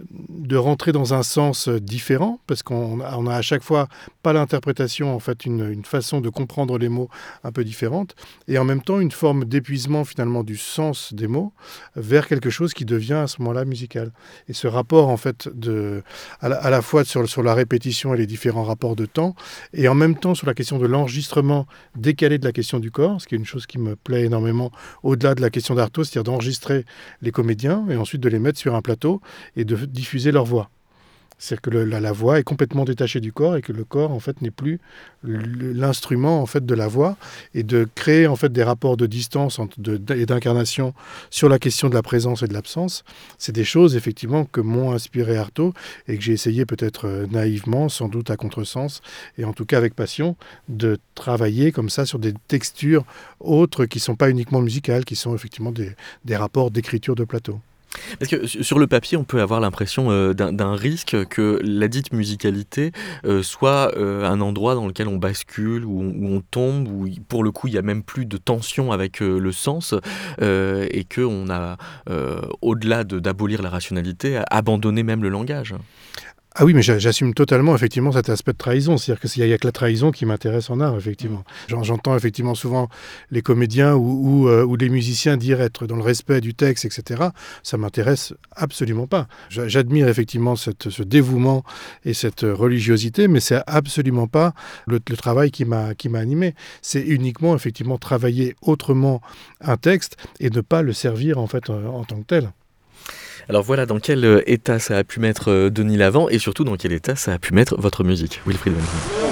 Speaker 5: de rentrer dans un sens différent, parce qu'on a, on a à chaque fois pas l'interprétation, en fait, une, une façon de comprendre les mots un peu différente, et en même temps une forme d'épuisement finalement du sens des mots vers quelque chose qui devient à ce moment-là musical. Et ce rapport, en fait, de, à, la, à la fois sur, sur la répétition et les différents rapports de temps, et en même temps sur la question de l'enregistrement décalé de la question du corps, ce qui est une chose qui me plaît énormément au-delà de la question d'Artaud, c'est-à-dire d'enregistrer les comédiens et ensuite de les mettre sur un plateau et de diffuser leur voix. C'est-à-dire que le, la, la voix est complètement détachée du corps et que le corps en fait n'est plus l'instrument en fait de la voix, et de créer en fait des rapports de distance entre de, et d'incarnation sur la question de la présence et de l'absence. C'est des choses effectivement que m'ont inspiré Artaud et que j'ai essayé peut-être naïvement, sans doute à contresens et en tout cas avec passion, de travailler comme ça sur des textures autres qui ne sont pas uniquement musicales, qui sont effectivement des, des rapports d'écriture de plateau.
Speaker 3: Parce que sur le papier, on peut avoir l'impression euh, d'un, d'un risque que la dite musicalité euh, soit euh, un endroit dans lequel on bascule, où on, où on tombe, où pour le coup il n'y a même plus de tension avec euh, le sens, euh, et qu'on a, euh, au-delà de, d'abolir la rationalité, abandonné même le langage.
Speaker 5: Ah oui, mais j'assume totalement effectivement cet aspect de trahison. C'est-à-dire qu'il n'y a, a que la trahison qui m'intéresse en art, effectivement. J'entends effectivement souvent les comédiens ou, ou, euh, ou les musiciens dire être dans le respect du texte, et cetera. Ça ne m'intéresse absolument pas. J'admire effectivement cette, ce dévouement et cette religiosité, mais c'est absolument pas le, le travail qui m'a qui m'a animé. C'est uniquement effectivement travailler autrement un texte et ne pas le servir en fait en, en tant que tel.
Speaker 3: Alors voilà dans quel état ça a pu mettre Denis Lavant, et surtout dans quel état ça a pu mettre votre musique, Wilfried Wendling.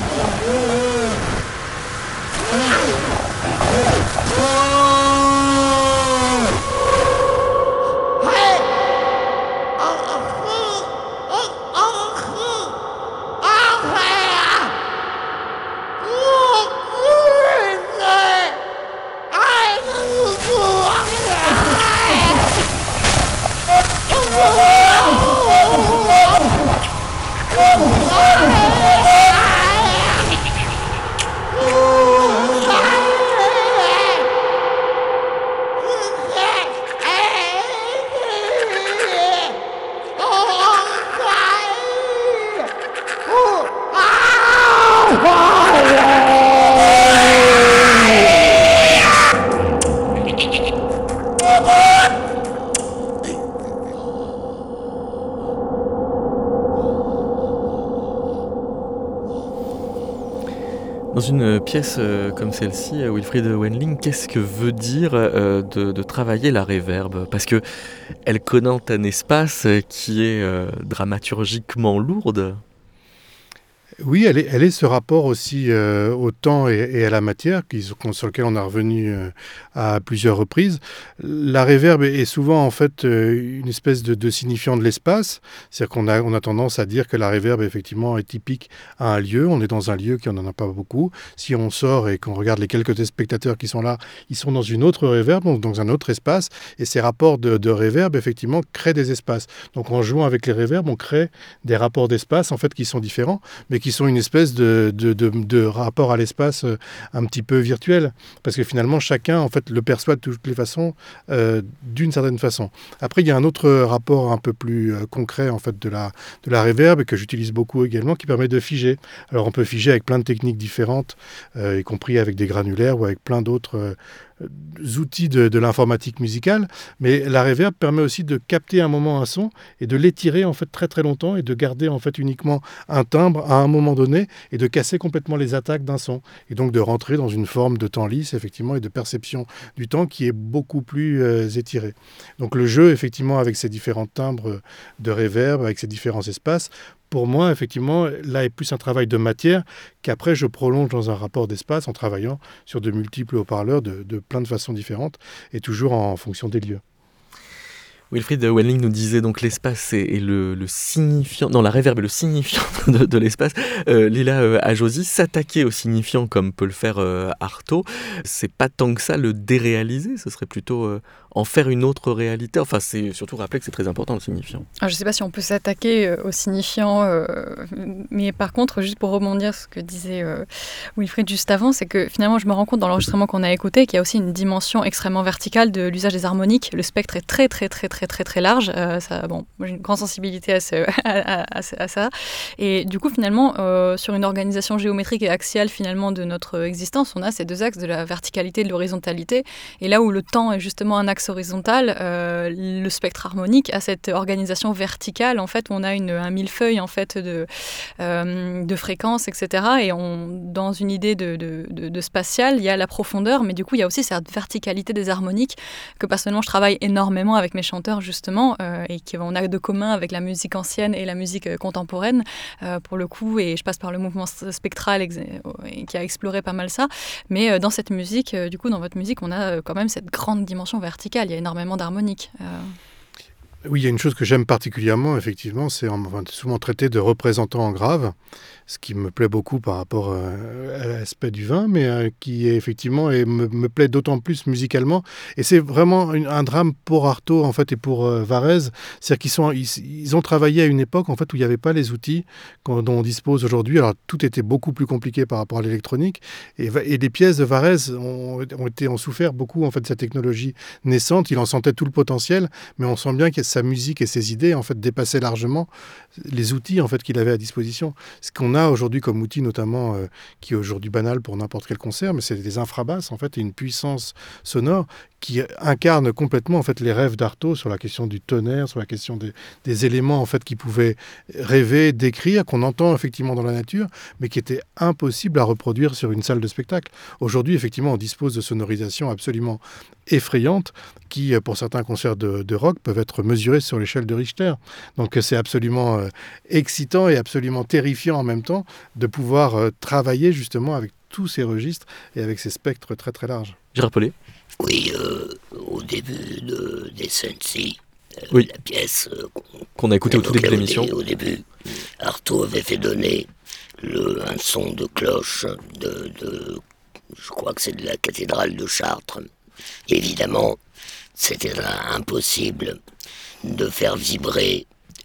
Speaker 3: Dans une pièce euh, comme celle-ci, euh, Wilfried Wendling, qu'est-ce que veut dire euh, de, de travailler la réverb ? Parce que elle connote un espace qui est euh, dramaturgiquement lourde.
Speaker 5: Oui, elle est, elle est ce rapport aussi euh, au temps et, et à la matière, qui, sur lequel on a revenu euh, à plusieurs reprises. La réverb est souvent en fait euh, une espèce de, de signifiant de l'espace, c'est-à-dire qu'on a, on a tendance à dire que la réverb effectivement est typique à un lieu. On est dans un lieu qui n'en a pas beaucoup. Si on sort et qu'on regarde les quelques spectateurs qui sont là, ils sont dans une autre réverb, donc dans un autre espace, et ces rapports de, de réverb effectivement créent des espaces. Donc en jouant avec les réverbes, on crée des rapports d'espace en fait qui sont différents, mais qui qui sont une espèce de, de, de, de rapport à l'espace un petit peu virtuel, parce que finalement chacun en fait le perçoit de toutes les façons euh, d'une certaine façon. Après il y a un autre rapport un peu plus euh, concret en fait de la, de la réverb, que j'utilise beaucoup également, qui permet de figer. Alors on peut figer avec plein de techniques différentes, euh, y compris avec des granulaires ou avec plein d'autres euh, outils de, de l'informatique musicale, mais la réverb permet aussi de capter un moment un son et de l'étirer en fait très très longtemps, et de garder en fait uniquement un timbre à un moment donné, et de casser complètement les attaques d'un son, et donc de rentrer dans une forme de temps lisse effectivement et de perception du temps qui est beaucoup plus euh, étirée. Donc le jeu effectivement avec ces différents timbres de réverb, avec ces différents espaces, pour moi, effectivement, là est plus un travail de matière qu'après je prolonge dans un rapport d'espace en travaillant sur de multiples haut-parleurs de, de plein de façons différentes, et toujours en fonction des lieux.
Speaker 3: Wilfried Wendling nous disait donc l'espace est, est le, le signifiant, non la réverbe est le signifiant de, de l'espace. Euh, Lila euh, Ajosi, s'attaquer au signifiant comme peut le faire euh, Artaud, c'est pas tant que ça le déréaliser, ce serait plutôt euh, en faire une autre réalité. Enfin, c'est surtout rappeler que c'est très important le signifiant.
Speaker 8: Alors, je ne sais pas si on peut s'attaquer euh, au signifiant, euh, mais par contre, juste pour rebondir sur ce que disait euh, Wilfried juste avant, c'est que finalement, je me rends compte dans l'enregistrement qu'on a écouté qu'il y a aussi une dimension extrêmement verticale de l'usage des harmoniques. Le spectre est très, très, très, très, très, très large. Euh, ça, bon, moi, j'ai une grande sensibilité à, ce, à, à, à ça. Et du coup, finalement, euh, sur une organisation géométrique et axiale finalement de notre existence, on a ces deux axes de la verticalité et de l'horizontalité. Et là où le temps est justement un axe horizontal, euh, le spectre harmonique a cette organisation verticale en fait où on a une, un millefeuille en fait de, euh, de fréquences, et cetera. Et on, dans une idée de, de, de, de spatial, il y a la profondeur, mais du coup il y a aussi cette verticalité des harmoniques que personnellement je travaille énormément avec mes chanteurs justement euh, et qu'on a de commun avec la musique ancienne et la musique contemporaine euh, pour le coup. Et je passe par le mouvement spectral ex- qui a exploré pas mal ça. Mais euh, dans cette musique, euh, du coup dans votre musique, on a euh, quand même cette grande dimension verticale. Il y a énormément d'harmoniques. Euh...
Speaker 5: Oui, il y a une chose que j'aime particulièrement, effectivement, c'est enfin, souvent traité de représentant en grave, ce qui me plaît beaucoup par rapport euh, à l'aspect du vin, mais euh, qui est, effectivement et me, me plaît d'autant plus musicalement. Et c'est vraiment une, un drame pour Artaud en fait et pour euh, Varèse, c'est-à-dire qu'ils sont, ils, ils ont travaillé à une époque en fait où il n'y avait pas les outils dont on dispose aujourd'hui. Alors tout était beaucoup plus compliqué par rapport à l'électronique, et, et les pièces de Varèse ont, ont été ont souffert beaucoup en fait de cette technologie naissante. Il en sentait tout le potentiel, mais on sent bien que sa musique et ses idées en fait dépassaient largement les outils en fait qu'il avait à disposition. Ce qu'on a aujourd'hui comme outil notamment euh, qui est aujourd'hui banal pour n'importe quel concert, mais c'est des infrabasses en fait et une puissance sonore qui incarne complètement en fait les rêves d'Artaud sur la question du tonnerre, sur la question des, des éléments en fait qu'il pouvait rêver, décrire, qu'on entend effectivement dans la nature, mais qui étaient impossibles à reproduire sur une salle de spectacle. Aujourd'hui, effectivement, on dispose de sonorisations absolument effrayantes qui, pour certains concerts de, de rock, peuvent être mesurées sur l'échelle de Richter. Donc c'est absolument euh, excitant et absolument terrifiant en même temps de pouvoir euh, travailler justement avec tous ces registres et avec ces spectres très très larges.
Speaker 3: Gérard Paulet.
Speaker 4: Oui, euh, au début de, des scènes-ci, euh,
Speaker 3: oui.
Speaker 4: la pièce euh,
Speaker 3: qu'on a écoutée au tout début de l'émission.
Speaker 4: Au début, Artaud avait fait donner le, un son de cloche de, de, je crois que c'est de la cathédrale de Chartres. Évidemment, c'était impossible de faire vibrer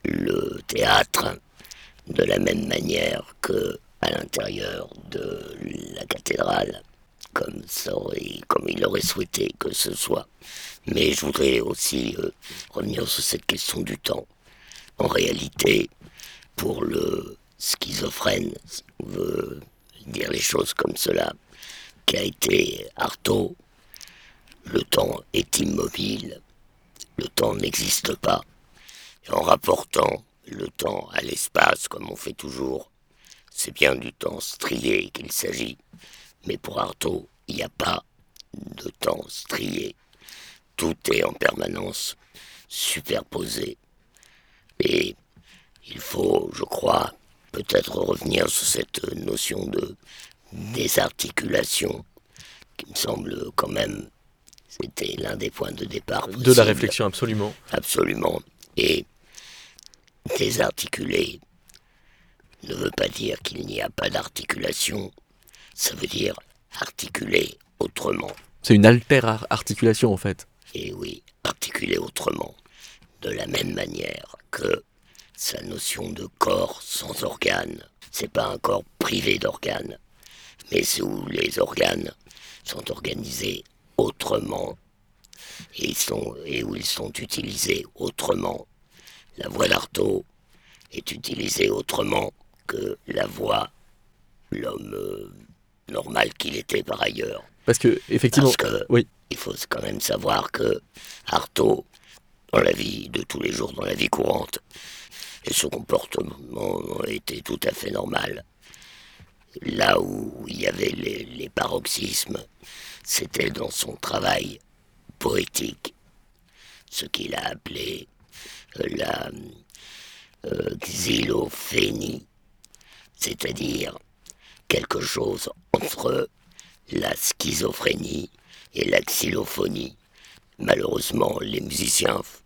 Speaker 4: le théâtre de la même manière que à l'intérieur de la cathédrale, comme, ça aurait, comme il aurait souhaité que ce soit. Mais je voudrais aussi euh, revenir sur cette question du temps. En réalité, pour le schizophrène, si on veut dire les choses comme cela, qui a été Artaud, le temps est immobile, le temps n'existe pas. Et en rapportant le temps à l'espace, comme on fait toujours, c'est bien du temps strié qu'il s'agit. Mais pour Artaud, il n'y a pas de temps strié. Tout est en permanence superposé. Et il faut, je crois, peut-être revenir sur cette notion de désarticulation, qui me semble quand même, c'était l'un des points de départ possibles.
Speaker 3: De la réflexion, absolument.
Speaker 4: Absolument. Et désarticuler ne veut pas dire qu'il n'y a pas d'articulation, ça veut dire articuler autrement.
Speaker 3: C'est une alter-articulation en fait.
Speaker 4: Et oui, articuler autrement, de la même manière que sa notion de corps sans organes. C'est pas un corps privé d'organes, mais c'est où les organes sont organisés autrement et, ils sont, et où ils sont utilisés autrement. La voix d'Artaud est utilisée autrement que la voix, l'homme euh, normal qu'il était par ailleurs.
Speaker 3: Parce que, effectivement,
Speaker 4: Parce que,
Speaker 3: oui.
Speaker 4: il faut quand même savoir que Artaud, dans la vie de tous les jours, dans la vie courante, et son comportement était tout à fait normal. Là où il y avait les, les paroxysmes, c'était dans son travail poétique, ce qu'il a appelé la euh, xylophénie, c'est-à-dire quelque chose entre la schizophrénie et la xylophonie. Malheureusement, les musiciens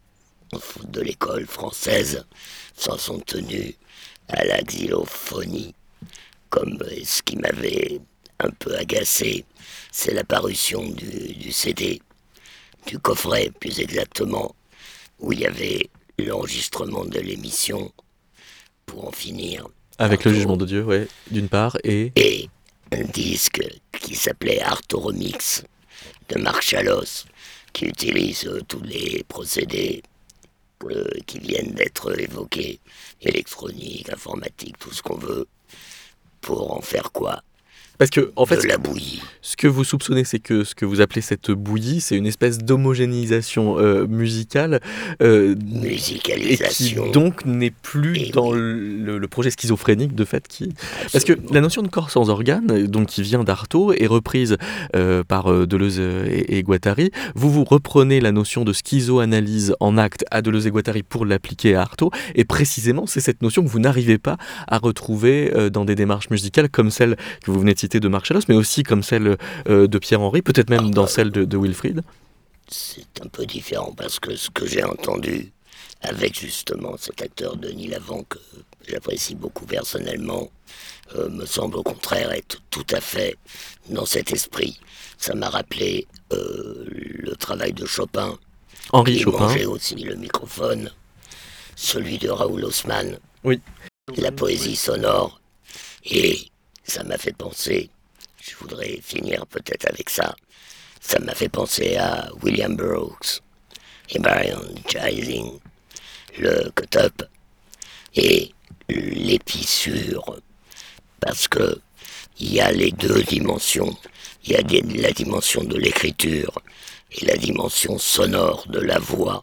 Speaker 4: de l'école française s'en sont tenus à la xylophonie. Comme ce qui m'avait un peu agacé, c'est la parution du, du C D, du coffret plus exactement, où il y avait l'enregistrement de l'émission pour en finir.
Speaker 3: Avec Arto, le jugement de Dieu, ouais, d'une part, et...
Speaker 4: Et un disque qui s'appelait Arto Remix de Marc Chalos, qui utilise euh, tous les procédés euh, qui viennent d'être évoqués, électronique, informatique, tout ce qu'on veut, pour en faire quoi ?
Speaker 3: Parce que, en fait,
Speaker 4: de la bouillie.
Speaker 3: Ce que vous soupçonnez, c'est que ce que vous appelez cette bouillie, c'est une espèce d'homogénéisation euh, musicale. Euh,
Speaker 4: Musicalisation.
Speaker 3: Et qui donc n'est plus et dans oui. le, le projet schizophrénique de fait qui. Absolument. Parce que la notion de corps sans organe, donc qui vient d'Artaud, est reprise euh, par euh, Deleuze et, et Guattari. Vous vous reprenez la notion de schizoanalyse en acte à Deleuze et Guattari pour l'appliquer à Artaud, et précisément, c'est cette notion que vous n'arrivez pas à retrouver euh, dans des démarches musicales comme celle que vous venez de citer de Marc Chalos, mais aussi comme celle euh, de Pierre-Henry, peut-être même ah, dans bah, celle de, de Wilfried.
Speaker 4: C'est un peu différent parce que ce que j'ai entendu avec justement cet acteur Denis Lavant que j'apprécie beaucoup personnellement euh, me semble au contraire être tout à fait dans cet esprit. Ça m'a rappelé euh, le travail de Chopin,
Speaker 3: Henri
Speaker 4: qui
Speaker 3: Chopin.
Speaker 4: mangeait aussi le microphone, celui de Raoul Haussmann,
Speaker 3: oui.
Speaker 4: La poésie sonore, et ça m'a fait penser, je voudrais finir peut-être avec ça, ça m'a fait penser à William Burroughs et Brian Jising, le cut-up et l'épissure, parce que il y a les deux dimensions, il y a des, la dimension de l'écriture et la dimension sonore de la voix,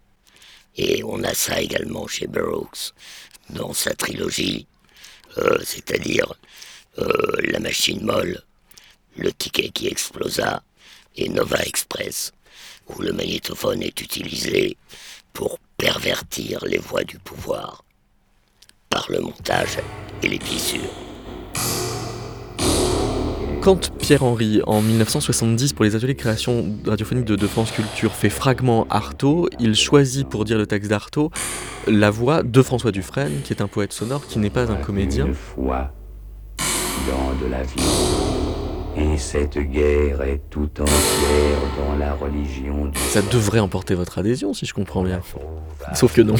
Speaker 4: et on a ça également chez Burroughs dans sa trilogie, euh, c'est-à-dire Euh, La machine molle, Le ticket qui explosa et Nova Express, où le magnétophone est utilisé pour pervertir les voies du pouvoir par le montage et les fissures.
Speaker 3: Quand Pierre-Henry, en dix-neuf cent soixante-dix, pour les ateliers de création radiophonique de, de France Culture, fait fragment Artaud, il choisit pour dire le texte d'Artaud la voix de François Dufresne, qui est un poète sonore, qui n'est pas un comédien.
Speaker 10: Une fois dans de la vie, et cette guerre est tout entière dans la religion du...
Speaker 3: Ça devrait emporter votre adhésion, si je comprends bien. Sauf que non.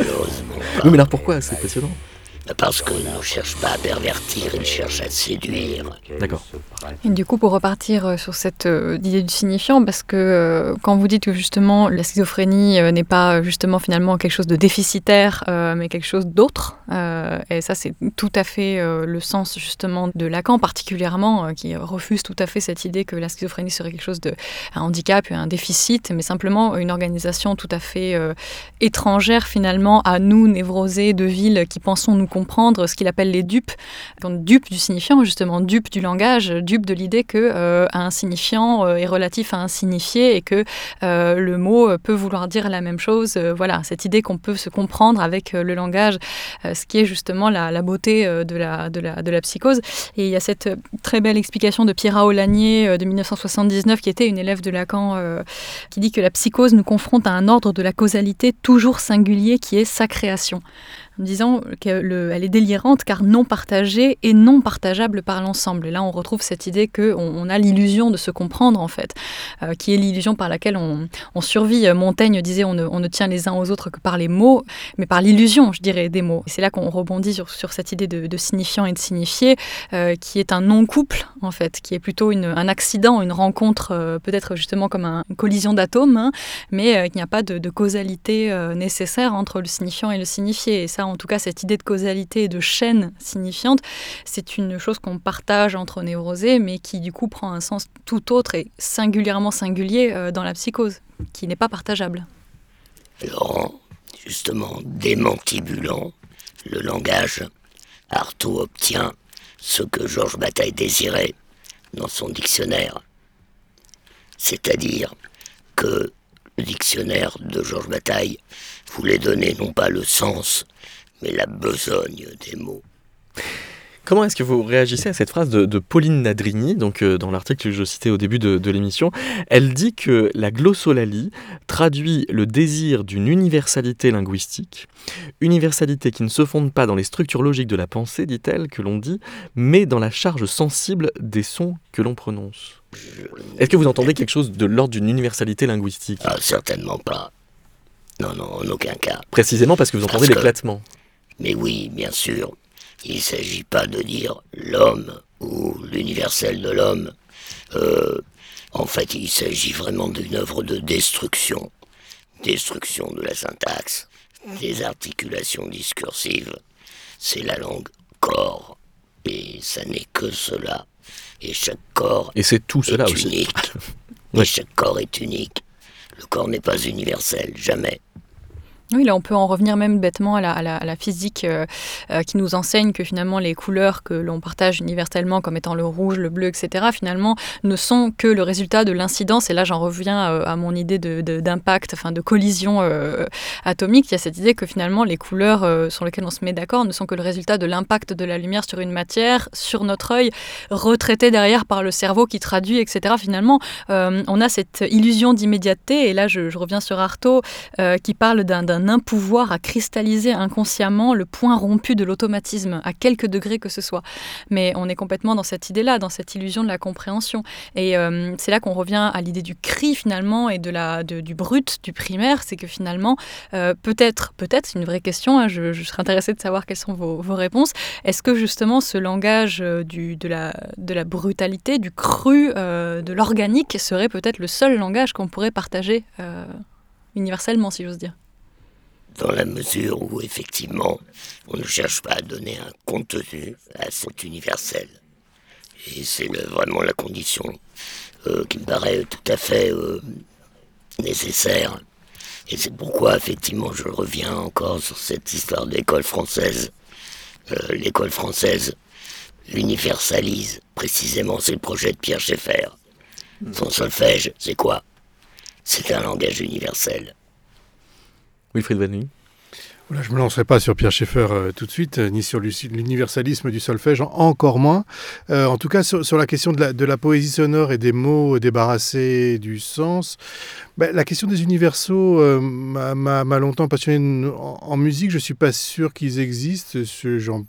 Speaker 3: Oui, mais alors pourquoi ? C'est passionnant.
Speaker 4: Parce qu'il ne cherche pas à pervertir, il cherche à séduire.
Speaker 3: D'accord.
Speaker 8: Et du coup, pour repartir sur cette euh, idée du signifiant, parce que euh, quand vous dites que justement la schizophrénie euh, n'est pas justement finalement quelque chose de déficitaire, euh, mais quelque chose d'autre, euh, et ça c'est tout à fait euh, le sens justement de Lacan particulièrement, euh, qui refuse tout à fait cette idée que la schizophrénie serait quelque chose de un handicap, un déficit, mais simplement une organisation tout à fait euh, étrangère finalement à nous névrosés de ville qui pensons nous comprendre ce qu'il appelle les dupes, donc dupes du signifiant justement, dupes du langage, dupes de l'idée que euh, un signifiant euh, est relatif à un signifié et que euh, le mot peut vouloir dire la même chose. Euh, voilà, cette idée qu'on peut se comprendre avec euh, le langage, euh, ce qui est justement la, la beauté euh, de, la, de, la, de la psychose. Et il y a cette très belle explication de Pierre Aulagnier euh, de dix-neuf cent soixante-dix-neuf, qui était une élève de Lacan, euh, qui dit que la psychose nous confronte à un ordre de la causalité toujours singulier qui est sa création, en disant qu'elle est délirante car non partagée et non partageable par l'ensemble. Et là, on retrouve cette idée qu'on on a l'illusion de se comprendre, en fait, euh, qui est l'illusion par laquelle on, on survit. Montaigne disait on ne, on ne tient les uns aux autres que par les mots, mais par l'illusion, je dirais, des mots. Et c'est là qu'on rebondit sur, sur cette idée de, de signifiant et de signifié, euh, qui est un non-couple, en fait, qui est plutôt une, un accident, une rencontre, euh, peut-être justement comme un, une collision d'atomes, hein, mais euh, il n'y a pas de, de causalité euh, nécessaire entre le signifiant et le signifié. Et ça, en tout cas, cette idée de causalité et de chaîne signifiante, c'est une chose qu'on partage entre névrosés, mais qui du coup prend un sens tout autre et singulièrement singulier euh, dans la psychose, qui n'est pas partageable.
Speaker 4: Laurent, justement, démantibulant le langage, Artaud obtient ce que Georges Bataille désirait dans son dictionnaire, c'est-à-dire que le dictionnaire de Georges Bataille voulait donner non pas le sens, mais la besogne des mots.
Speaker 3: Comment est-ce que vous réagissez à cette phrase de, de Pauline Nadrini, donc euh, dans l'article que je citais au début de, de l'émission? Elle dit que la glossolalie traduit le désir d'une universalité linguistique, universalité qui ne se fonde pas dans les structures logiques de la pensée, dit-elle, que l'on dit, mais dans la charge sensible des sons que l'on prononce. Est-ce que vous entendez quelque chose de l'ordre d'une universalité linguistique?
Speaker 4: Ah, certainement pas. Non, non, en aucun cas.
Speaker 3: Précisément parce que vous entendez
Speaker 4: Parce que...
Speaker 3: l'éclatement.
Speaker 4: Mais oui, bien sûr. Il ne s'agit pas de dire l'homme ou l'universel de l'homme. Euh, en fait, il s'agit vraiment d'une œuvre de destruction. Destruction de la syntaxe, des articulations discursives. C'est la langue corps. Et ça n'est que cela. Et chaque corps
Speaker 3: Et c'est tout cela
Speaker 4: est
Speaker 3: aussi.
Speaker 4: unique.
Speaker 3: Ouais.
Speaker 4: Et chaque corps est unique. Le corps n'est pas universel, jamais.
Speaker 8: Oui, là on peut en revenir même bêtement à la, à la, à la physique euh, euh, qui nous enseigne que finalement les couleurs que l'on partage universellement comme étant le rouge, le bleu, et cetera finalement ne sont que le résultat de l'incidence. Et là j'en reviens euh, à mon idée de, de, d'impact, enfin de collision euh, atomique. Il y a cette idée que finalement les couleurs euh, sur lesquelles on se met d'accord ne sont que le résultat de l'impact de la lumière sur une matière, sur notre œil, retraité derrière par le cerveau qui traduit, et cetera. Finalement, euh, on a cette illusion d'immédiateté. Et là je, je reviens sur Artaud euh, qui parle d'un, d'un un pouvoir à cristalliser inconsciemment le point rompu de l'automatisme, à quelque degré que ce soit. Mais on est complètement dans cette idée-là, dans cette illusion de la compréhension. Et euh, c'est là qu'on revient à l'idée du cri, finalement, et de la, de, du brut, du primaire. C'est que finalement, euh, peut-être, peut-être, c'est une vraie question, hein, je, je serais intéressée de savoir quelles sont vos, vos réponses. Est-ce que justement ce langage euh, du, de, la, de la brutalité, du cru, euh, de l'organique serait peut-être le seul langage qu'on pourrait partager euh, universellement, si j'ose dire?
Speaker 4: Dans la mesure où, effectivement, on ne cherche pas à donner un contenu à cet universel. Et c'est le, vraiment la condition euh, qui me paraît tout à fait euh, nécessaire. Et c'est pourquoi, effectivement, je reviens encore sur cette histoire de l'école française. Euh, l'école française l'universalise, précisément, c'est le projet de Pierre Schaeffer. Son solfège, c'est quoi? C'est un langage universel.
Speaker 3: Wilfried Van Nuys.
Speaker 5: Voilà, je ne me lancerai pas sur Pierre Schaeffer euh, tout de suite, euh, ni sur l'universalisme du solfège, en, encore moins. Euh, en tout cas, sur, sur la question de la, de la poésie sonore et des mots débarrassés du sens, ben, la question des universaux euh, m'a, m'a, m'a longtemps passionné. En, en musique, je ne suis pas sûr qu'ils existent, j'en,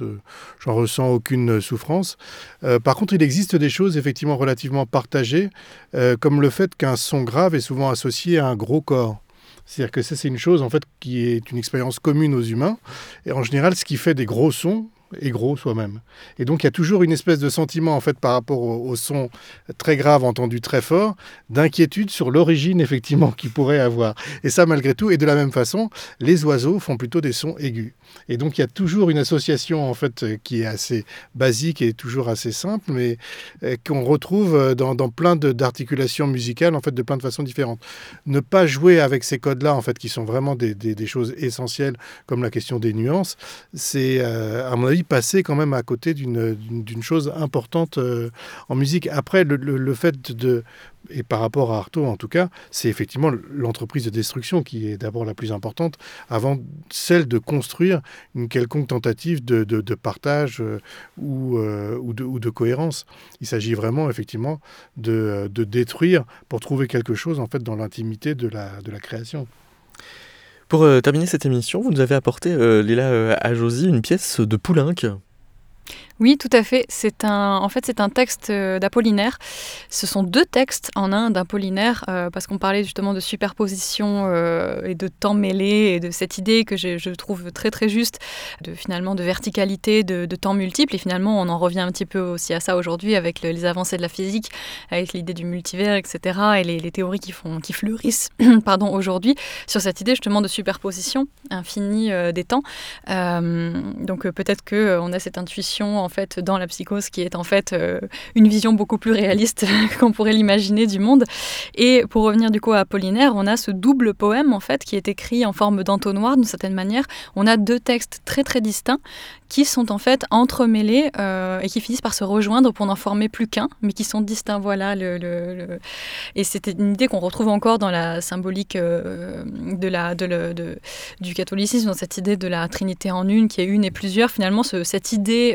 Speaker 5: j'en ressens aucune souffrance. Euh, par contre, il existe des choses effectivement relativement partagées, euh, comme le fait qu'un son grave est souvent associé à un gros corps. C'est-à-dire que ça, c'est une chose en fait qui est une expérience commune aux humains. Et en général, ce qui fait des gros sons est gros soi-même. Et donc, il y a toujours une espèce de sentiment en fait par rapport au, au son très grave entendu très fort, d'inquiétude sur l'origine effectivement qu'il pourrait avoir. Et ça, malgré tout, et de la même façon, les oiseaux font plutôt des sons aigus. Et donc, il y a toujours une association en fait qui est assez basique et toujours assez simple, mais euh, qu'on retrouve dans, dans plein de, d'articulations musicales en fait de plein de façons différentes. Ne pas jouer avec ces codes-là en fait qui sont vraiment des, des, des choses essentielles comme la question des nuances, c'est euh, à mon avis passer quand même à côté d'une, d'une, d'une chose importante euh, en musique. Après, le, le, le fait de... Et par rapport à Artaud, en tout cas, c'est effectivement l'entreprise de destruction qui est d'abord la plus importante, avant celle de construire une quelconque tentative de, de, de partage euh, ou, euh, ou, de, ou de cohérence. Il s'agit vraiment, effectivement, de, de détruire pour trouver quelque chose, en fait, dans l'intimité de la, de la création.
Speaker 3: Pour euh, terminer cette émission, vous nous avez apporté, euh, Léla euh, Ajosi, une pièce de Poulenc.
Speaker 8: Oui, tout à fait. C'est un, en fait, c'est un texte d'Apollinaire. Ce sont deux textes en un d'Apollinaire, euh, parce qu'on parlait justement de superposition euh, et de temps mêlé, et de cette idée que je, je trouve très très juste, de finalement de verticalité, de, de temps multiple. Et finalement, on en revient un petit peu aussi à ça aujourd'hui avec le, les avancées de la physique, avec l'idée du multivers, et cetera. Et les, les théories qui font, qui fleurissent, pardon, aujourd'hui sur cette idée justement de superposition infinie euh, des temps. Euh, donc euh, peut-être que euh, on a cette intuition en fait dans la psychose qui est en fait euh, une vision beaucoup plus réaliste qu'on pourrait l'imaginer du monde. Et pour revenir du coup à Apollinaire, on a ce double poème en fait qui est écrit en forme d'entonnoir d'une certaine manière. On a deux textes très très distincts qui sont en fait entremêlés euh, et qui finissent par se rejoindre pour n'en former plus qu'un, mais qui sont distincts. Voilà. Le, le, le... Et c'était une idée qu'on retrouve encore dans la symbolique euh, de la, de le, de, du catholicisme, dans cette idée de la Trinité en une, qui est une et plusieurs. Finalement, ce, cette idée euh, du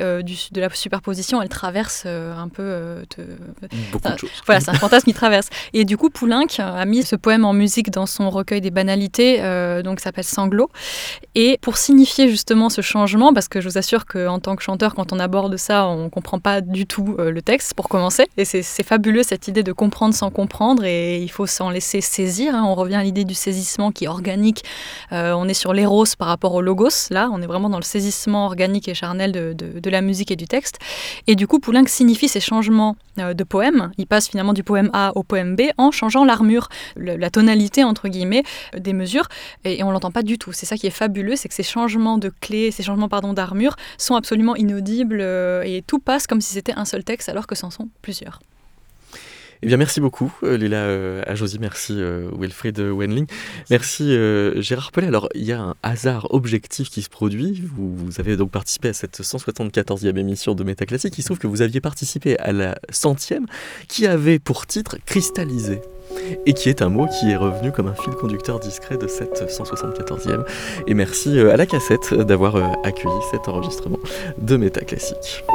Speaker 8: de la superposition, elle traverse euh, un peu... Euh, de...
Speaker 3: Beaucoup de choses.
Speaker 8: Voilà, c'est un fantasme qui traverse. Et du coup, Poulenc a mis ce poème en musique dans son recueil des banalités, euh, donc ça s'appelle Sanglots. Et pour signifier justement ce changement, parce que je vous assure qu'en tant que chanteur, quand on aborde ça, on ne comprend pas du tout euh, le texte, pour commencer. Et c'est, c'est fabuleux, cette idée de comprendre sans comprendre, et il faut s'en laisser saisir. Hein. On revient à l'idée du saisissement qui est organique. Euh, on est sur l'éros par rapport au logos. Là, on est vraiment dans le saisissement organique et charnel de, de, de la musique et du texte. Et du coup, Poulenc signifie ces changements euh, de poème. Il passe finalement du poème A au poème B en changeant l'armure, le, la tonalité, entre guillemets, euh, des mesures. Et, et on ne l'entend pas du tout. C'est ça qui est fabuleux, c'est que ces changements de clés, ces changements pardon, d'armure sont absolument inaudibles euh, et tout passe comme si c'était un seul texte alors que c'en sont plusieurs.
Speaker 3: Eh bien, merci beaucoup, euh, Léla euh, Ajosi, merci euh, Wilfried Wendling, merci euh, Gérard Pellet. Alors, il y a un hasard objectif qui se produit. Vous, vous avez donc participé à cette cent soixante-quatorzième émission de Métaclassique. Il se trouve que vous aviez participé à la centième qui avait pour titre « Cristallisé ». Et qui est un mot qui est revenu comme un fil conducteur discret de cette cent soixante-quatorzième. Et merci à la cassette d'avoir accueilli cet enregistrement de Métaclassique.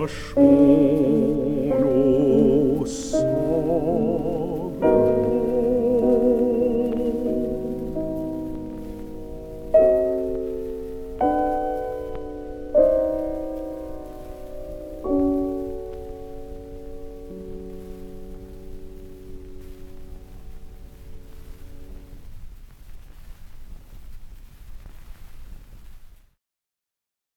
Speaker 11: cochon.